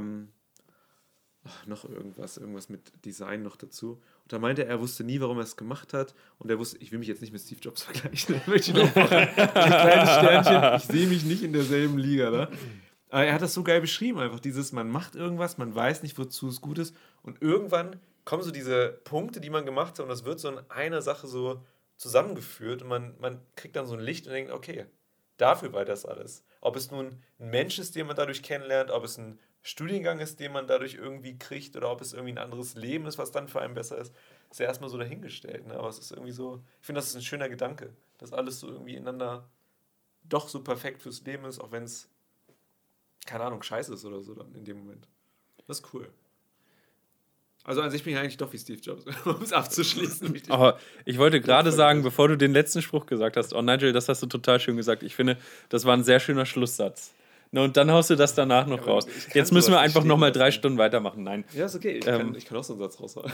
noch irgendwas mit Design noch dazu. Und da meinte er wusste nie, warum er es gemacht hat und er wusste, ich will mich jetzt nicht mit Steve Jobs vergleichen, möchte ich noch machen. Ein kleines Sternchen, ich sehe mich nicht in derselben Liga, ne? Aber er hat das so geil beschrieben, einfach dieses, man macht irgendwas, man weiß nicht, wozu es gut ist und irgendwann kommen so diese Punkte, die man gemacht hat und das wird so in einer Sache so zusammengeführt und man kriegt dann so ein Licht und denkt, okay, dafür war das alles. Ob es nun ein Mensch ist, den man dadurch kennenlernt, ob es ein Studiengang ist, den man dadurch irgendwie kriegt oder ob es irgendwie ein anderes Leben ist, was dann für einen besser ist ja erstmal so dahingestellt. Ne? Aber es ist irgendwie so, ich finde, das ist ein schöner Gedanke, dass alles so irgendwie ineinander doch so perfekt fürs Leben ist, auch wenn es, keine Ahnung, scheiße ist oder so dann in dem Moment. Das ist cool. Also an sich bin ich eigentlich doch wie Steve Jobs, um es abzuschließen. Aber ich wollte gerade sagen, bevor du den letzten Spruch gesagt hast, oh Nigel, das hast du total schön gesagt. Ich finde, das war ein sehr schöner Schlusssatz. Na, und dann haust du das danach noch raus. Jetzt müssen wir einfach nochmal 3 Stunden weitermachen. Nein. Ja, ist okay. Ich kann auch so einen Satz raushauen.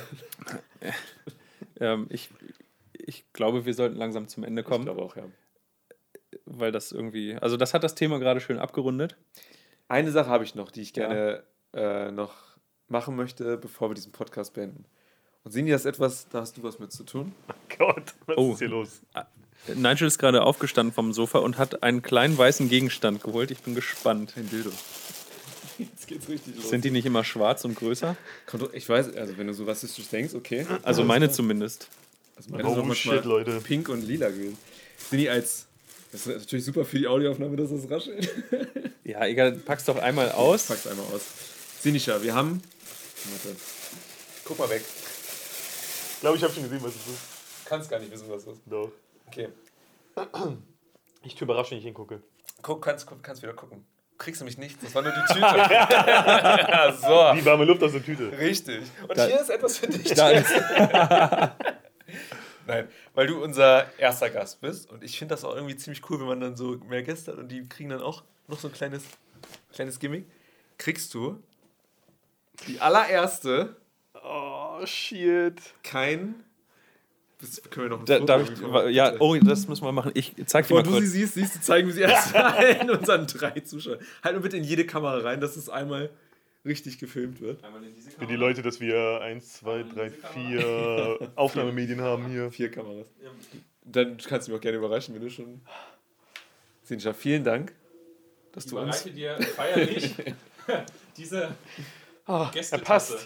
Ich glaube, wir sollten langsam zum Ende kommen. Ich glaube auch, ja. Weil das irgendwie, also das hat das Thema gerade schön abgerundet. Eine Sache habe ich noch, die ich gerne noch machen möchte, bevor wir diesen Podcast beenden. Und Sini, das ist etwas, da hast du was mit zu tun. Oh Gott, was ist hier los? Nigel ist gerade aufgestanden vom Sofa und hat einen kleinen weißen Gegenstand geholt. Ich bin gespannt. Ein Dildo. Jetzt geht's richtig los. Sind die nicht immer schwarz und größer? Ich weiß, also wenn du so rassistisch denkst, okay. Also meine zumindest. Also meine sind shit, Leute. Pink und lila gewesen. Sini, das ist natürlich super für die Audioaufnahme, dass das raschelt. Ja, egal, pack's doch einmal aus. Pack's einmal aus. Sinisha, wir haben... Warte. Guck mal weg. Ich glaube, ich habe schon gesehen, was es ist. Du kannst gar nicht wissen, was es ist. Doch. Okay. Ich bin überrascht, wenn ich hingucke. Kannst wieder gucken. Kriegst du mich nicht, das war nur die Tüte. So. Die warme Luft aus der Tüte. Richtig. Und hier ist etwas für dich. Da ist. Nein, weil du unser erster Gast bist. Und ich finde das auch irgendwie ziemlich cool, wenn man dann so mehr Gäste hat und die kriegen dann auch noch so ein kleines Gimmick. Kriegst du die allererste Oh, shit. kein... Können wir noch ein Darf Foto ich, irgendwie ja, machen? oh, das müssen wir machen. Ich zeig dir Bevor mal du kurz. sie siehst, zeigen wir sie erst allen unseren 3 Zuschauern. Halt nur bitte in jede Kamera rein, dass es einmal richtig gefilmt wird. Für die Leute, dass wir 1, 2, 3, 4 Aufnahmemedien haben hier. 4 Kameras. Dann kannst du mich auch gerne überraschen, wenn du schon... Sinja, vielen Dank, dass du uns... dir feierlich diese Er passt.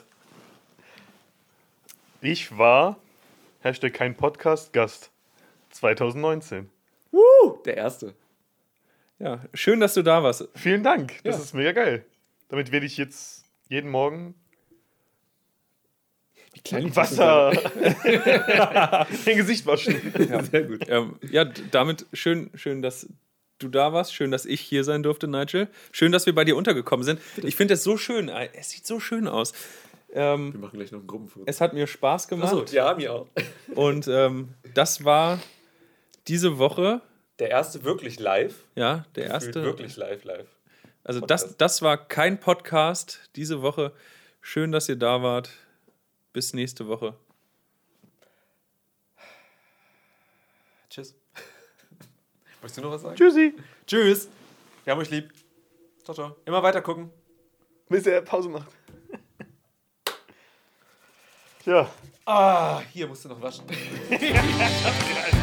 Ich war #kein Podcast Gast 2019. Der Erste. Ja, schön, dass du da warst. Vielen Dank. Das Ja. ist mega geil. Damit werde ich jetzt jeden Morgen Wie klein die Wasser dein Gesicht waschen. Ja, sehr gut. Ja, damit schön, dass du da warst. Schön, dass ich hier sein durfte, Nigel. Schön, dass wir bei dir untergekommen sind. Ich finde es so schön. Es sieht so schön aus. Wir machen gleich noch ein Gruppenfoto. Es hat mir Spaß gemacht. Achso, ja, mir auch. Und das war diese Woche, Der erste wirklich live. ja, der Gefühlt erste. wirklich live. Also Podcast. das war kein Podcast diese Woche. Schön, dass ihr da wart. Bis nächste Woche. Tschüss. Möchtest du noch was sagen? Tschüssi. Tschüss. Wir haben euch lieb. Ciao, ciao. Immer weiter gucken. Bis er Pause macht. Ja. Ah, hier musst du noch waschen. Ja,